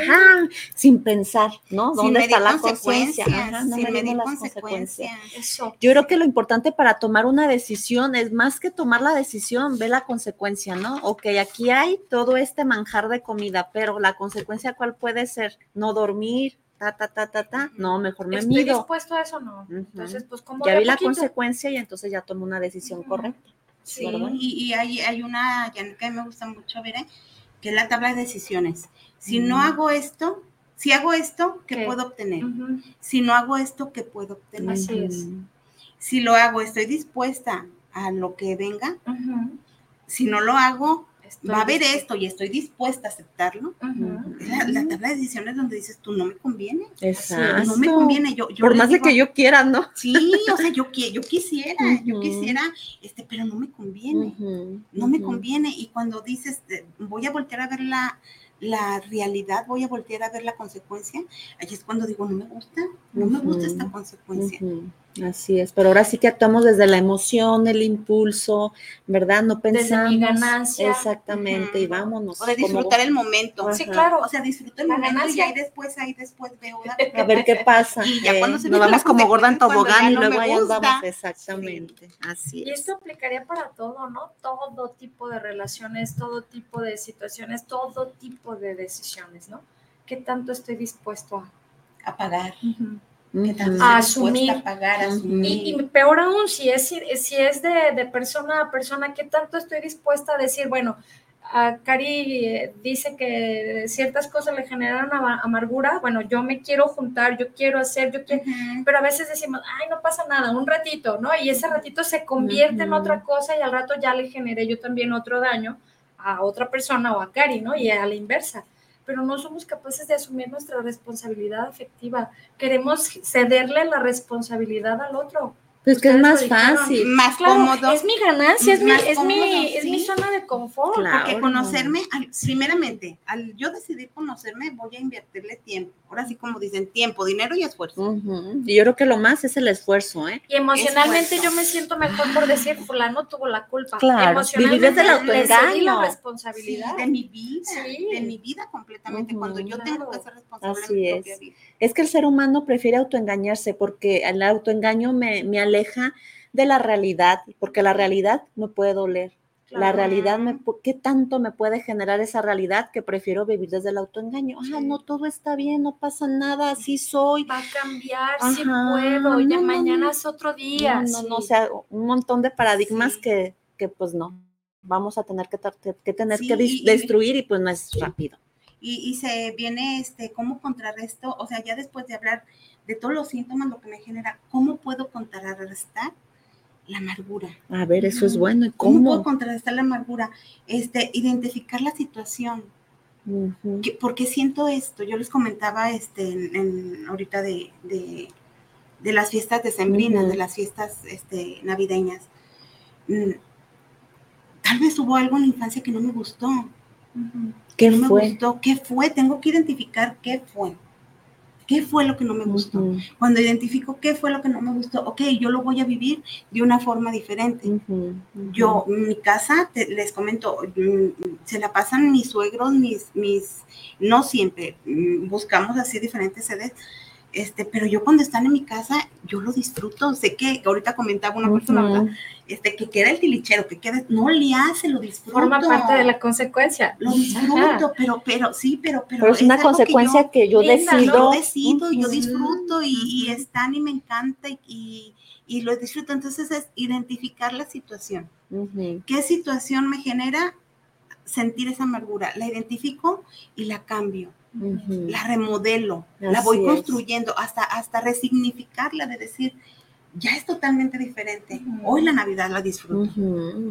Sin pensar, ¿no? ¿Dónde está la consecuencia? No medimos las consecuencias. Eso. Yo creo que lo importante para tomar una decisión es más que tomar la decisión, ve la consecuencia, ¿no? Ok, aquí hay todo este manjar de comida, pero la consecuencia, ¿cuál puede ser? No dormir, no, mejor me mido. ¿Estoy dispuesto a eso? No. Entonces, pues, como ya vi la consecuencia y entonces ya tomo una decisión correcta. Sí, y hay una que a mí me gusta mucho ver, que es la tabla de decisiones. Si no hago esto, si hago esto, ¿qué puedo obtener? Si no hago esto, ¿qué puedo obtener? Así es. Si lo hago, ¿estoy dispuesta a lo que venga? Si no lo hago, va a haber esto y estoy dispuesta a aceptarlo. La tabla de decisiones donde dices, tú no me conviene. Exacto. No me conviene. Yo por más de que yo quiera, ¿no? Sí, o sea, yo quisiera, pero no me conviene. No me conviene. Y cuando dices, voy a voltear a ver la realidad, voy a voltear a ver la consecuencia, ahí es cuando digo, no me gusta esta consecuencia. Así es, pero ahora sí que actuamos desde la emoción, el impulso, ¿verdad? No pensamos. Desde mi ganancia. Exactamente, y vámonos. O de disfrutar el momento. Sí, claro. O sea, disfruto el momento ganancia. Y ahí después veo a ver qué pasa. Y ya cuando se nos vamos como gorda en tobogán y luego ahí andamos. Exactamente, así es. Y esto aplicaría para todo, ¿no? Todo tipo de relaciones, todo tipo de situaciones, todo tipo de decisiones, ¿no? ¿Qué tanto estoy dispuesto a pagar? A asumir. A pagar, asumir. Y peor aún, si es de persona a persona, ¿qué tanto estoy dispuesta a decir? Bueno, a Cari dice que ciertas cosas le generan amargura. Bueno, yo me quiero juntar, yo quiero hacer, pero a veces decimos, ay, no pasa nada, un ratito, ¿no? Y ese ratito se convierte en otra cosa y al rato ya le generé yo también otro daño a otra persona o a Cari, ¿no? Y a la inversa. Pero no somos capaces de asumir nuestra responsabilidad afectiva. Queremos cederle la responsabilidad al otro, Pues que es Ustedes más lo dijeron. fácil. Más Claro, cómodo. es mi ganancia, es Más mi cómodo, zona de confort. Claro. Porque conocerme, primeramente, al yo decidir conocerme, voy a invertirle tiempo. Ahora sí, como dicen, tiempo, dinero y esfuerzo. Uh-huh. Y yo creo que lo más es el esfuerzo, ¿eh? Y emocionalmente Esfuerzo. yo me siento mejor por decir, fulano tuvo la culpa. Claro, vivir Emocionalmente desde el le cedí la autoengaño. responsabilidad. Sí, de mi vida, Sí. de mi vida completamente, Ujú. cuando yo tengo Claro. que ser responsable Así de mi es. propia vida. Es que el ser humano prefiere autoengañarse porque el autoengaño me aleja de la realidad, porque la realidad me puede doler. La Claro. realidad, ¿qué tanto me puede generar esa realidad que prefiero vivir desde el autoengaño? Sí. No, todo está bien, no pasa nada, así soy. Va a cambiar, sí Ajá, puedo, ya no, mañana no. es otro día. No, o sea, un montón de paradigmas Sí. que pues no, vamos a tener que Sí, destruir y pues no es rápido. Y se viene, ¿cómo contrarresto? O sea, ya después de hablar de todos los síntomas, lo que me genera, ¿cómo puedo contrarrestar la amargura? A ver, eso es bueno. ¿Y ¿Cómo puedo cómo? contrarrestar la amargura? Identificar la situación. Uh-huh. ¿Por qué siento esto? Yo les comentaba ahorita de las fiestas decembrinas, Uh-huh. de las fiestas navideñas. Tal vez hubo algo en la infancia que no me gustó. ¿Qué no fue? Me gustó. ¿Qué fue? Tengo que identificar qué fue. ¿Qué fue lo que no me gustó? Uh-huh. Cuando identifico qué fue lo que no me gustó, ok, yo lo voy a vivir de una forma diferente. Uh-huh. Uh-huh. Yo, mi casa, les comento, se la pasan mis suegros, no siempre, buscamos así diferentes sedes, pero yo cuando están en mi casa, yo lo disfruto. Sé que ahorita comentaba una persona, Uh-huh. ¿verdad? Que queda el tilichero, que queda, no le hace, lo disfruto. Forma parte de la consecuencia. Lo disfruto, pero es una consecuencia que yo decido. Yo disfruto y están y me encanta y lo disfruto. Entonces es identificar la situación. Uh-huh. ¿Qué situación me genera sentir esa amargura? La identifico y la cambio. Uh-huh. La remodelo, así la voy construyendo hasta resignificarla, de decir, ya es totalmente diferente. Uh-huh. Hoy la Navidad la disfruto. Uh-huh.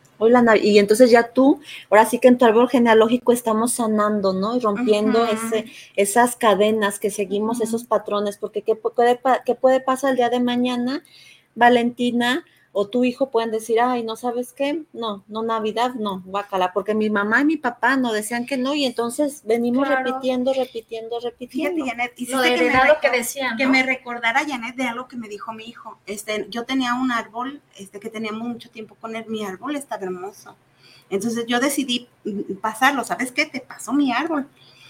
Y entonces ya tú, ahora sí que en tu árbol genealógico estamos sanando, ¿no? Y rompiendo uh-huh. esas cadenas que seguimos, uh-huh. esos patrones, porque ¿qué puede pasar el día de mañana? Valentina o tu hijo pueden decir, ay, ¿no sabes qué? No, Navidad, no, guácala, porque mi mamá y mi papá no decían que no, y entonces venimos repitiendo. Fíjate, Janet, lo heredado que decían, ¿no? Que me recordara, Janet, de algo que me dijo mi hijo. Yo tenía un árbol, que teníamos mucho tiempo con él, mi árbol estaba hermoso. Entonces yo decidí pasarlo, ¿sabes qué? Te paso mi árbol.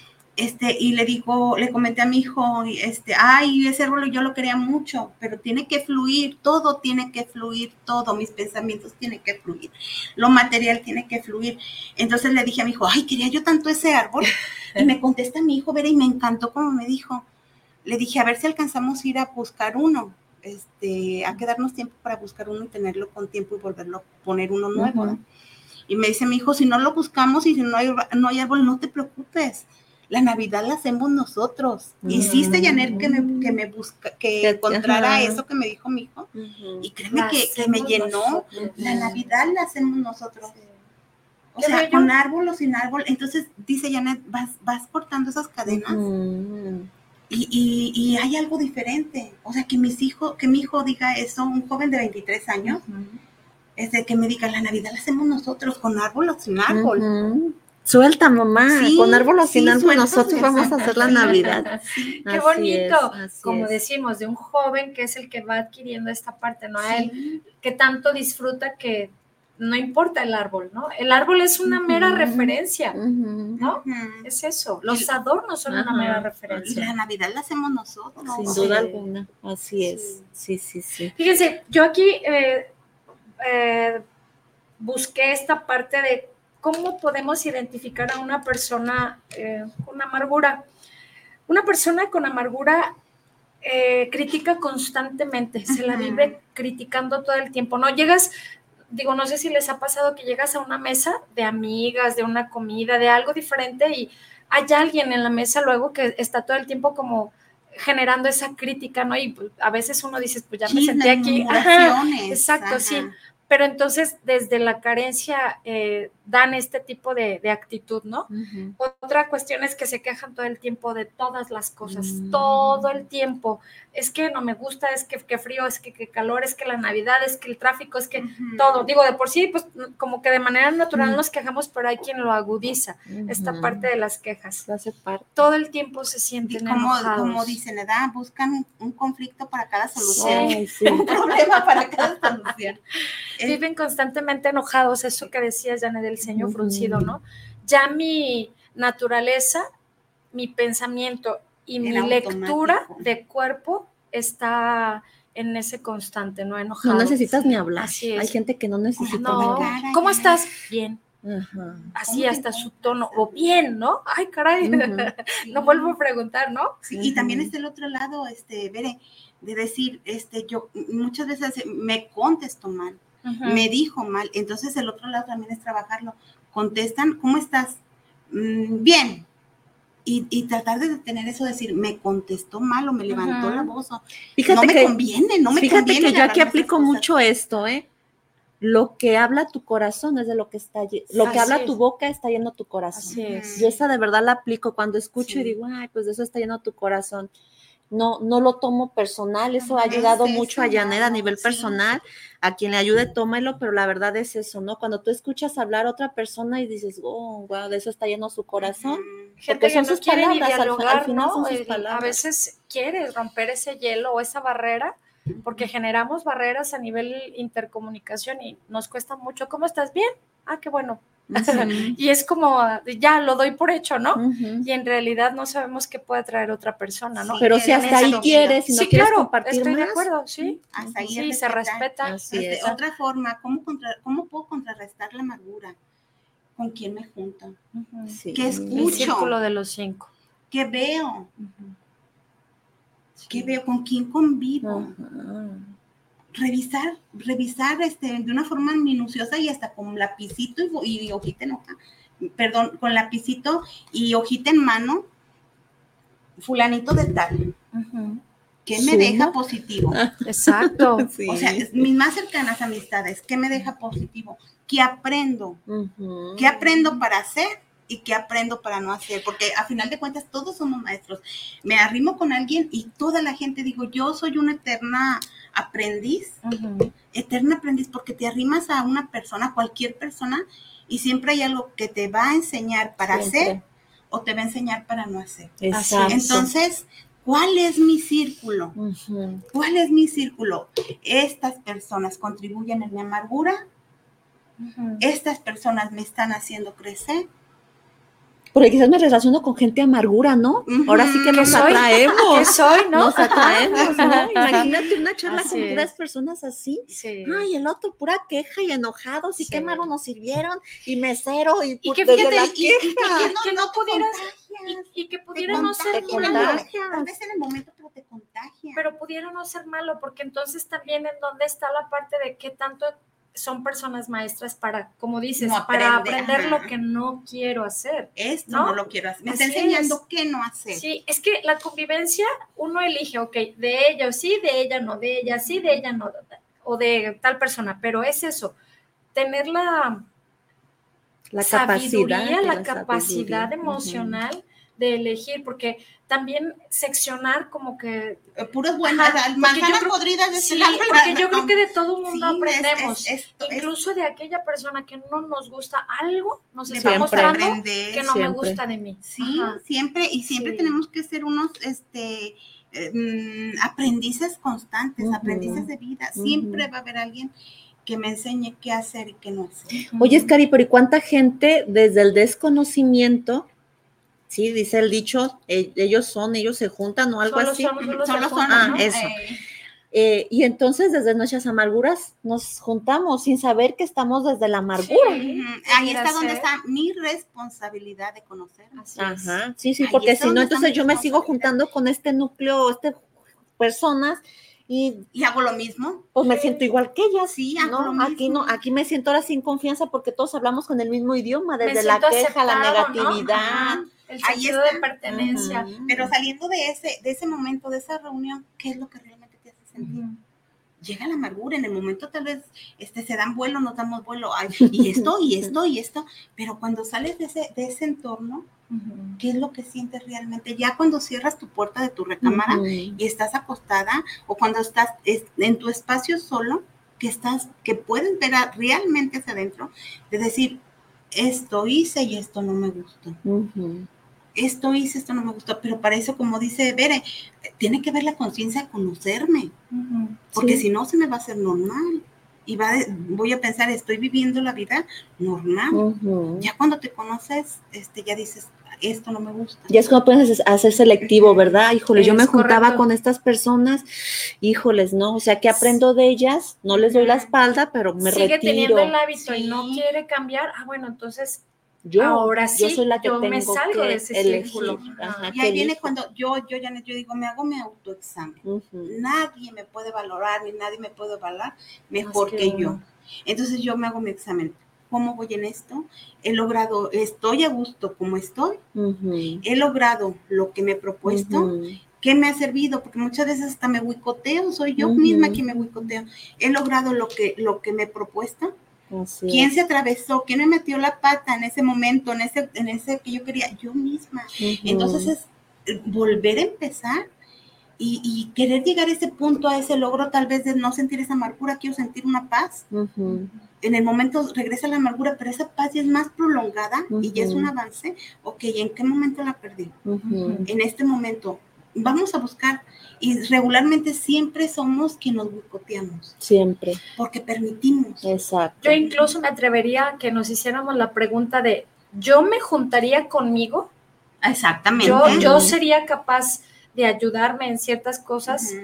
Y le comenté a mi hijo, ay, ese árbol yo lo quería mucho, pero tiene que fluir, todo tiene que fluir, mis pensamientos tienen que fluir, lo material tiene que fluir. Entonces le dije a mi hijo, ay, quería yo tanto ese árbol, y me contesta mi hijo, Vera, y me encantó como me dijo. Le dije, a ver si alcanzamos a ir a buscar uno, a quedarnos tiempo para buscar uno y tenerlo con tiempo y volverlo a poner uno nuevo, uh-huh. ¿no? Y me dice mi hijo, si no lo buscamos y si no hay árbol, no te preocupes. La Navidad la hacemos nosotros. Uh-huh. Hiciste, Janet, que encontrara uh-huh. eso que me dijo mi hijo. Uh-huh. Y créeme que me llenó. Nosotros. La Navidad la hacemos nosotros. Sí. O sea, bello. Con árbol o sin árbol. Entonces, dice Janet, vas cortando esas cadenas. Uh-huh. Y hay algo diferente. O sea, que mi hijo diga eso, un joven de 23 años, uh-huh. Que me diga, la Navidad la hacemos nosotros, con árbol o sin árbol. Uh-huh. Suelta, mamá, sí, con árbol o sin árbol, nosotros vamos a hacer la Navidad. Sí. Qué bonito, como decimos, de un joven que es el que va adquiriendo esta parte, ¿no? Sí. Él que tanto disfruta que no importa el árbol, ¿no? El árbol es una mera referencia, ¿no? Es eso, los adornos son una mera referencia. La Navidad la hacemos nosotros. Sin duda alguna, así es, sí. Fíjense, yo aquí busqué esta parte de cómo podemos identificar a una persona con amargura. Una persona con amargura critica constantemente, uh-huh. se la vive criticando todo el tiempo, ¿no? No sé si les ha pasado que llegas a una mesa de amigas, de una comida, de algo diferente y hay alguien en la mesa luego que está todo el tiempo como generando esa crítica, ¿no? Y a veces uno dice, pues ya me senté aquí. Ajá, exacto, ajá. Sí. Pero entonces, desde la carencia dan este tipo de actitud, ¿no? Ujú. Otra cuestión es que se quejan todo el tiempo de todas las cosas, todo el tiempo. Es que no me gusta, es que frío, es que calor, es que la Navidad, es que el tráfico, es que todo. Digo, de por sí, pues como que de manera natural nos quejamos, pero hay quien lo agudiza, esta parte de las quejas. Lo hace parte. Todo el tiempo se sienten enojados. Como dicen, ¿verdad? Buscan un conflicto para cada solución. Ay, sí. Un problema para cada solución. Viven constantemente enojados, eso que decías, Janet, del ceño fruncido, ¿no? Ya mi naturaleza, mi pensamiento y mi lectura de cuerpo está en ese constante, ¿no? Enojado. No necesitas ni hablar. Así es. Hay gente que no necesita ni No, hablar. ¿cómo estás? Bien. Ajá. Así hasta su tono, o bien, ¿no? Ay, caray, no vuelvo a preguntar, ¿no? Sí, y también está el otro lado, Bere, de decir, yo muchas veces me contesto mal, me dijo mal, entonces el otro lado también es trabajarlo. Contestan, ¿cómo estás? Bien. Y tratar de tener eso, decir, me contestó mal o me levantó la voz. Fíjate no me que, conviene, no me fíjate conviene. que yo aquí aplico mucho esto, Lo que habla tu corazón es de lo que está lo que habla tu boca está lleno tu corazón. Así es. Yo esa de verdad la aplico cuando escucho y digo, ay, pues de eso está lleno tu corazón. No lo tomo personal, eso ha ayudado mucho a Janet a nivel personal, a quien le ayude, tómelo, pero la verdad es eso, ¿no? Cuando tú escuchas hablar a otra persona y dices, oh, wow, de eso está lleno su corazón, gente porque son que no sus quiere palabras, ni dialogar, al final ¿no? son sus palabras. A veces quieres romper ese hielo o esa barrera, porque generamos barreras a nivel intercomunicación y nos cuesta mucho. ¿Cómo estás? Bien. Ah, qué bueno. Y es como, ya lo doy por hecho, ¿no? Y en realidad no sabemos qué puede traer otra persona, ¿no? Pero si hasta ahí quieres, si no quieres compartir estoy más. de acuerdo, sí. Hasta ahí sí, se respeta. Así es. Otra forma, ¿cómo puedo contrarrestar la amargura? ¿Con quién me junto? ¿Qué escucho? El círculo de los 5. ¿Qué veo? ¿Qué veo? ¿Con quién convivo? Revisar de una forma minuciosa y hasta con lapicito y hojita en hoja, perdón, con lapicito y hojita en mano, fulanito de tal, ¿qué me deja positivo? Exacto. O sea, mis más cercanas amistades, ¿qué me deja positivo? ¿Qué aprendo? ¿Qué aprendo para hacer? Y qué aprendo para no hacer, porque a final de cuentas todos somos maestros. Me arrimo con alguien y toda la gente, digo, yo soy una eterna aprendiz, porque te arrimas a una persona, cualquier persona, y siempre hay algo que te va a enseñar para hacer o te va a enseñar para no hacer. Exacto. Entonces, ¿cuál es mi círculo? ¿Cuál es mi círculo? Estas personas contribuyen en mi amargura, estas personas me están haciendo crecer. Porque quizás me relaciono con gente amargura, ¿no? Ahora sí que nos atraemos. ¿Qué soy, no? Nos atraemos, ¿no? Imagínate una charla con puras personas así. Sí. Ay, el otro pura queja y enojados y qué malo nos sirvieron y mesero y que fíjate, que no pudieras y que pudiera no ser malo. Tal vez en el momento pero te contagia. Pero pudiera no ser malo, porque entonces también en dónde está la parte de qué tanto son personas maestras para, como dices, para aprender lo que no quiero hacer. Esto no lo quiero hacer. Me está enseñando qué no hacer. Sí, es que la convivencia, uno elige, ok, de ella sí, de ella no, de ella sí, de ella no, o de tal persona, pero es eso, tener la sabiduría, la capacidad emocional de elegir, porque también seccionar como que puras buenas, manzanas podridas de sí, porque yo creo que de todo mundo aprendemos, incluso de aquella persona que no nos gusta algo, nos está mostrando que no me gusta de mí. Sí, siempre tenemos que ser unos aprendices constantes, aprendices de vida. Siempre va a haber alguien que me enseñe qué hacer y qué no hacer. Oye, Scary, pero ¿y cuánta gente desde el desconocimiento? Sí, dice el dicho, ellos se juntan o algo así. Solo son, ¿no? Eso. Y entonces desde nuestras amarguras nos juntamos sin saber que estamos desde la amargura. Ahí está donde está mi responsabilidad de conocer. Sí, porque si no, entonces yo me sigo juntando con este núcleo, personas, y hago lo mismo. Pues me siento igual que ellas. Sí, hago lo mismo. Aquí me siento ahora sin confianza porque todos hablamos con el mismo idioma, desde la queja, la negatividad. ¿No? El sentido de pertenencia. Pero saliendo de ese momento, de esa reunión, ¿qué es lo que realmente te hace sentir? llega la amargura. En el momento tal vez se dan vuelo, nos damos vuelo, ay, y esto, pero cuando sales de ese entorno, ¿qué es lo que sientes realmente? Ya cuando cierras tu puerta de tu recámara y estás acostada, o cuando estás en tu espacio solo, que puedes ver realmente hacia adentro, de decir, esto hice y esto no me gustó. Esto hice, esto no me gustó, pero para eso, como dice Bere, tiene que ver la conciencia de conocerme, porque si no se me va a hacer normal. Y voy a pensar, estoy viviendo la vida normal. Ya cuando te conoces, ya dices, esto no me gusta. Ya es cuando puedes hacer selectivo, ¿verdad? Híjole, yo me juntaba con estas personas, híjoles, ¿no? O sea, que aprendo de ellas, no les doy la espalda, pero me retiro. Sigue teniendo el hábito y no quiere cambiar. Bueno, entonces ahora sí, yo soy la que yo tengo me salgo de ese círculo. Y ahí viene cuando yo digo, me hago mi autoexamen. Nadie me puede valorar, ni nadie me puede valorar mejor que yo. Entonces yo me hago mi examen. ¿Cómo voy en esto? Estoy a gusto como estoy. He logrado lo que me he propuesto. ¿Qué me ha servido? Porque muchas veces hasta me boicoteo, soy yo misma quien me boicoteo. He logrado lo que me he propuesto. ¿Quién se atravesó? ¿Quién me metió la pata en ese momento, en ese que yo quería? Yo misma. Entonces es volver a empezar y querer llegar a ese punto, a ese logro, tal vez de no sentir esa amargura, quiero sentir una paz. En el momento regresa la amargura, pero esa paz ya es más prolongada y ya es un avance. Ok, ¿en qué momento la perdí? En este momento. Vamos a buscar, y regularmente siempre somos quien nos boicoteamos. Siempre. Porque permitimos. Exacto. Yo incluso me atrevería a que nos hiciéramos la pregunta de, ¿yo me juntaría conmigo? Exactamente. Yo sería capaz de ayudarme en ciertas cosas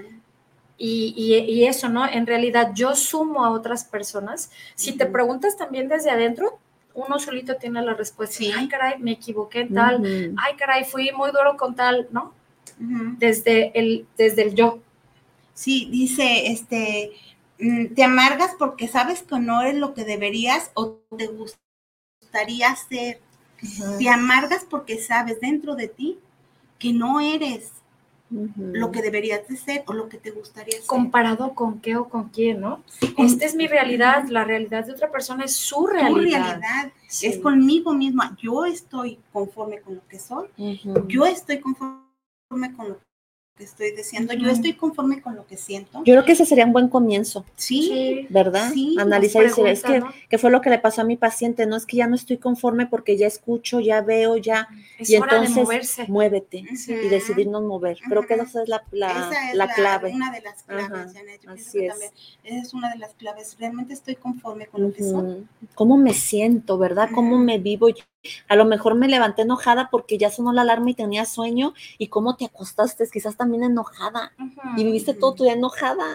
y eso, ¿no? En realidad yo sumo a otras personas. Si te preguntas también desde adentro, uno solito tiene la respuesta. Sí. Ay, caray, me equivoqué en tal. Ay, caray, fui muy duro con tal, ¿no? Desde el yo. Sí, dice, te amargas porque sabes que no eres lo que deberías o te gustaría ser. Te amargas porque sabes dentro de ti que no eres lo que deberías de ser o lo que te gustaría ser. ¿Comparado con qué o con quién, no? Esta es mi realidad, la realidad de otra persona es su realidad. Tu realidad es conmigo misma. Yo estoy conforme con lo que soy. Yo estoy conforme con lo que estoy diciendo. Yo estoy conforme con lo que siento. Yo creo que ese sería un buen comienzo. Sí. ¿Verdad? Sí. Analizar y decir, es que, ¿no? ¿Qué fue lo que le pasó a mi paciente? No, es que ya no estoy conforme porque ya escucho, ya veo, ya. Es y hora entonces, de moverse. Muévete y decidirnos mover. Creo que esa es la clave. Una de las claves, Janet. Yo pienso que también esa es una de las claves. Realmente estoy conforme con lo que soy. ¿Cómo me siento, verdad? ¿Cómo me vivo? A lo mejor me levanté enojada porque ya sonó la alarma y tenía sueño. ¿Y cómo te acostaste? Quizás también enojada. Y viviste todo tu día enojada.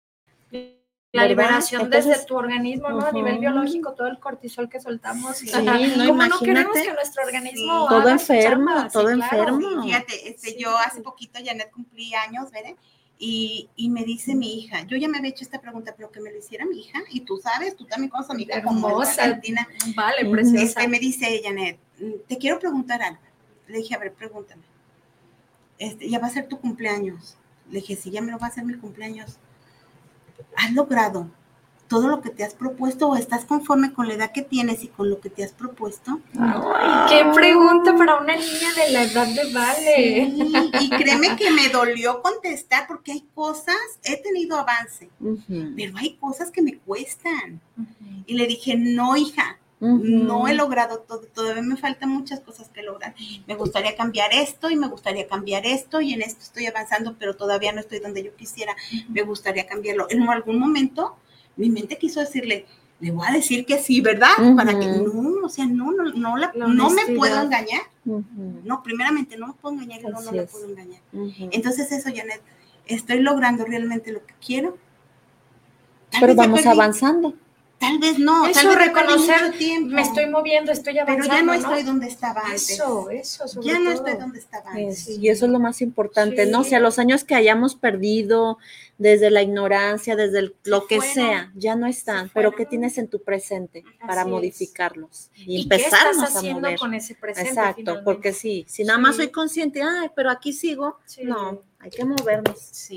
La liberación entonces, desde tu organismo, ¿no? A nivel biológico, todo el cortisol que soltamos. Sí, no, ¿Cómo no queremos que nuestro organismo todo enfermo, todo enfermo? Claro. Fíjate, yo hace poquito, Janet, cumplí años, ¿verdad? Y me dice mi hija, yo ya me había hecho esta pregunta, pero que me lo hiciera mi hija, y tú sabes, tú también conoces a mi hija como Argentina. Vale, preciosa. Me dice, Janet, te quiero preguntar algo. Le dije, a ver, pregúntame. Ya va a ser tu cumpleaños. Le dije, sí, ya me lo va a hacer mi cumpleaños. ¿Has logrado todo lo que te has propuesto o estás conforme con la edad que tienes y con lo que te has propuesto? Ay, qué pregunta para una niña de la edad de Vale. Sí, y créeme que me dolió contestar porque hay cosas, he tenido avance, pero hay cosas que me cuestan. Y le dije, no, hija, no he logrado todo, todavía me faltan muchas cosas que lograr. Me gustaría cambiar esto y me gustaría cambiar esto y en esto estoy avanzando, pero todavía no estoy donde yo quisiera. Me gustaría cambiarlo. En algún momento mi mente quiso decirle, le voy a decir que sí, ¿verdad? Para que no, o sea, no me puedo engañar. No, primeramente no me puedo engañar y no me puedo engañar. Entonces eso, Janet, estoy logrando realmente lo que quiero. Pero vamos avanzando. Tal vez no, eso, tal vez reconocer, mucho tiempo. Me estoy moviendo, estoy avanzando. Pero ya no estoy donde estaba antes. Eso, sobre ya no todo. estoy donde estaba antes. Y eso es lo más importante, ¿no? O sea, los años que hayamos perdido, desde la ignorancia, desde lo que sea, ya no están. Pero ¿qué tienes en tu presente para modificarlos? Y empezarnos ¿qué estás haciendo a mover. Con ese presente, exacto, finalmente? Porque si nada más soy consciente, pero aquí sigo, no, hay que movernos. Sí.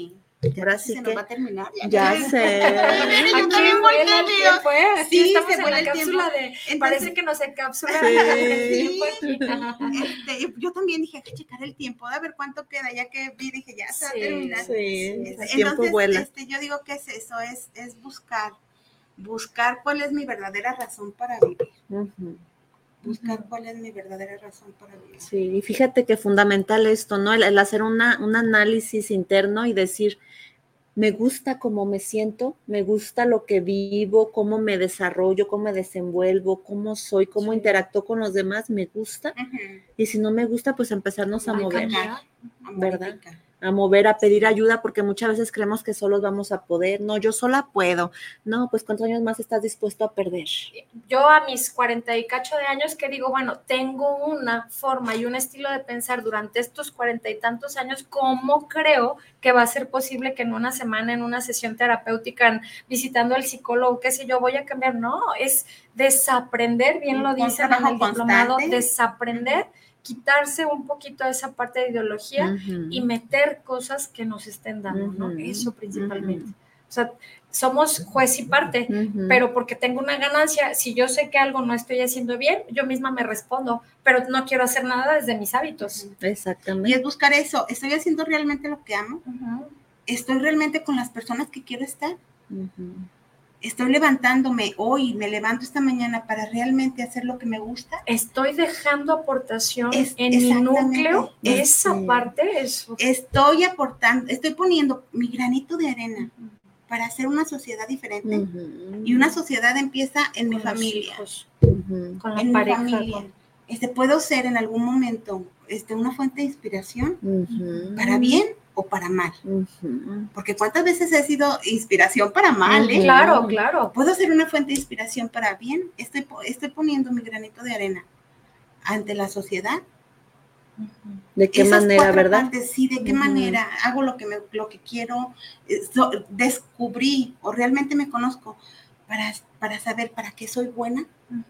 Ahora se sí nos que va a terminar. ya sé. Yo también vuela el volteo. tiempo, ¿eh? Aquí Sí, estamos se en vuela la el tiempo. cápsula de... Entonces, parece que nos encapsula Sí. el tiempo aquí. yo también dije, hay que checar el tiempo, a ver cuánto queda, ya que vi, dije, ya se va a terminar. Sí, el tiempo Entonces, vuela. yo digo que es eso, es buscar cuál es mi verdadera razón para vivir. Ujú. Buscar cuál es mi verdadera razón para vivir. Sí, y fíjate que fundamental esto, ¿no? El hacer un análisis interno y decir, me gusta cómo me siento, me gusta lo que vivo, cómo me desarrollo, cómo me desenvuelvo, cómo soy, cómo interactúo con los demás, me gusta. Y si no me gusta, pues empezarnos a mover, ¿verdad? A mover, a pedir ayuda, porque muchas veces creemos que solos vamos a poder. No, yo sola puedo. No, pues ¿cuántos años más estás dispuesto a perder? Yo a mis 40 y cacho de años que digo, bueno, tengo una forma y un estilo de pensar durante estos 40 y tantos años, ¿cómo creo que va a ser posible que en una semana, en una sesión terapéutica, visitando al psicólogo, qué sé yo, voy a cambiar? No, es desaprender, bien lo dicen en el diplomado, desaprender, quitarse un poquito de esa parte de ideología y meter cosas que nos estén dando, ¿no? Eso principalmente. O sea, somos juez y parte, pero porque tengo una ganancia, si yo sé que algo no estoy haciendo bien, yo misma me respondo, pero no quiero hacer nada desde mis hábitos. Exactamente. Y es buscar eso, ¿estoy haciendo realmente lo que amo? ¿Estoy realmente con las personas que quiero estar? Estoy levantándome hoy, me levanto esta mañana para realmente hacer lo que me gusta. Estoy dejando aportación en mi núcleo, esa parte es... Estoy aportando, estoy poniendo mi granito de arena para hacer una sociedad diferente. Y una sociedad empieza en mi familia, con la en pareja, mi familia. Puedo ser en algún momento una fuente de inspiración para bien o para mal. Porque cuántas veces he sido inspiración para mal, ¿eh? Claro, claro. Puedo ser una fuente de inspiración para bien. Estoy poniendo mi granito de arena ante la sociedad. ¿De qué manera, verdad? Partes, sí, de qué manera hago lo que quiero, descubrí o realmente me conozco para saber para qué soy buena.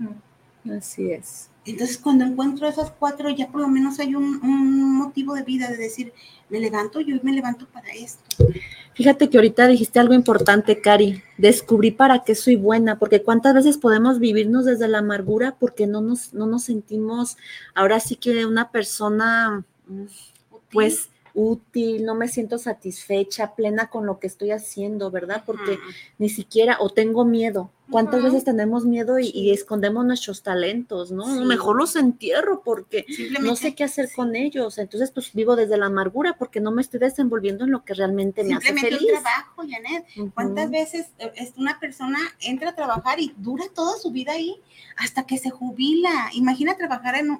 Así es. Entonces, cuando encuentro esas 4, ya por lo menos hay un motivo de vida de decir, me levanto, yo me levanto para esto. Fíjate que ahorita dijiste algo importante, Cari, descubrí para qué soy buena, porque cuántas veces podemos vivirnos desde la amargura porque no nos sentimos, ahora sí que una persona, pues, útil, no me siento satisfecha, plena con lo que estoy haciendo, ¿verdad? Porque ni siquiera, o tengo miedo. ¿Cuántas veces tenemos miedo y escondemos nuestros talentos, no? Mejor los entierro porque no sé qué hacer con ellos. Entonces, pues vivo desde la amargura porque no me estoy desenvolviendo en lo que realmente me hace feliz. Un trabajo, Janet. ¿Cuántas veces una persona entra a trabajar y dura toda su vida ahí hasta que se jubila? Imagina trabajar en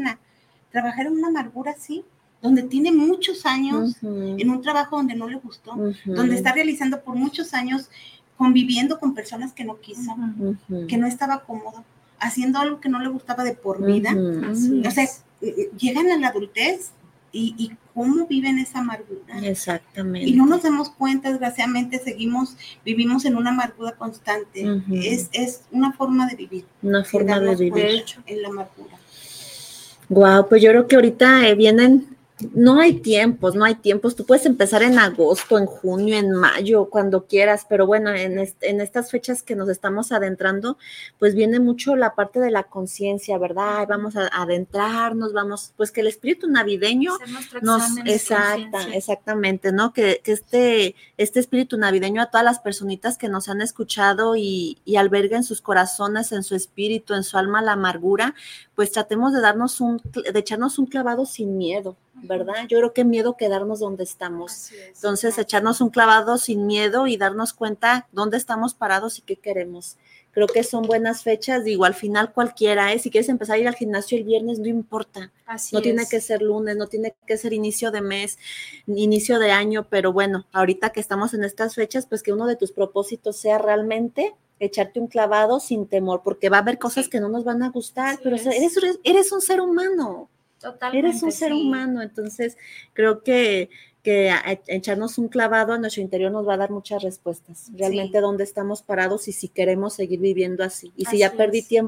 una amargura así, donde tiene muchos años en un trabajo donde no le gustó, donde está realizando por muchos años conviviendo con personas que no quiso, que no estaba cómodo, haciendo algo que no le gustaba de por vida. O sea, llegan a la adultez y cómo viven esa amargura. Exactamente. Y no nos damos cuenta, desgraciadamente vivimos en una amargura constante. Es una forma de vivir. Una forma de vivir. En la amargura. Wow, pues yo creo que ahorita vienen, no hay tiempos, tú puedes empezar en agosto, en junio, en mayo, cuando quieras, pero bueno, en estas fechas que nos estamos adentrando, pues viene mucho la parte de la conciencia, ¿verdad? Vamos a adentrarnos, pues que el espíritu navideño exactamente, ¿no? Que este espíritu navideño a todas las personitas que nos han escuchado y alberga en sus corazones, en su espíritu, en su alma la amargura, pues tratemos de echarnos un clavado sin miedo, ¿verdad? Yo creo que miedo quedarnos donde estamos. Entonces, echarnos un clavado sin miedo y darnos cuenta dónde estamos parados y qué queremos. Creo que son buenas fechas, digo, al final cualquiera, si quieres empezar a ir al gimnasio el viernes, no importa. No tiene que ser lunes, no tiene que ser inicio de mes, inicio de año, pero bueno, ahorita que estamos en estas fechas, pues que uno de tus propósitos sea realmente echarte un clavado sin temor, porque va a haber cosas que no nos van a gustar, pero eres un ser humano. Totalmente, eres un ser humano, entonces creo que echarnos un clavado a nuestro interior nos va a dar muchas respuestas, realmente dónde estamos parados y si queremos seguir viviendo así. Y si ya perdí tiempo,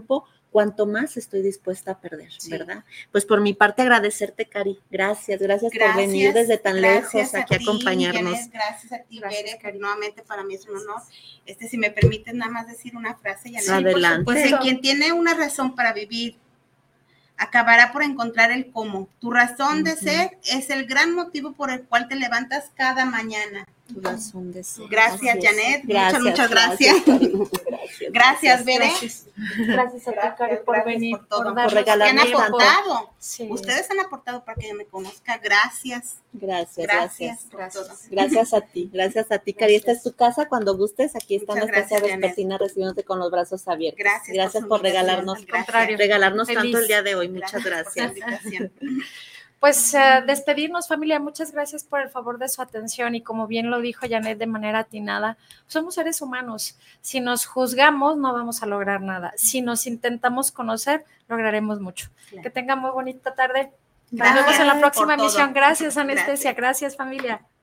cuanto más estoy dispuesta a perder, ¿verdad? Pues por mi parte agradecerte, Cari. Gracias por venir desde tan lejos aquí a acompañarnos. Janet, gracias a ti, Bere, que nuevamente para mí es un honor. Si me permites nada más decir una frase, Janet. Adelante. Pues quien tiene una razón para vivir, acabará por encontrar el cómo. Tu razón de ser es el gran motivo por el cual te levantas cada mañana. Tu razón de ser. Gracias, Janet. Muchas gracias. Gracias, Bere. Gracias a ti, Cari, por venir, por todo, por Han regalarme aportado. Sí. Ustedes han aportado para que yo me conozca. Gracias. Gracias. Por todo. Gracias a ti, Cari. Esta es tu casa, cuando gustes, aquí está Muchas Anastasia gracias, Vespertina recibiéndote con los brazos abiertos. Gracias por regalarnos, Feliz. tanto el día de hoy. Muchas Por su gracias. invitación. Pues despedirnos, familia, muchas gracias por el favor de su atención y como bien lo dijo Janet de manera atinada, somos seres humanos, si nos juzgamos no vamos a lograr nada, si nos intentamos conocer lograremos mucho. Claro. Que tengan muy bonita tarde, nos vemos en la próxima emisión, gracias Anestesia, gracias familia.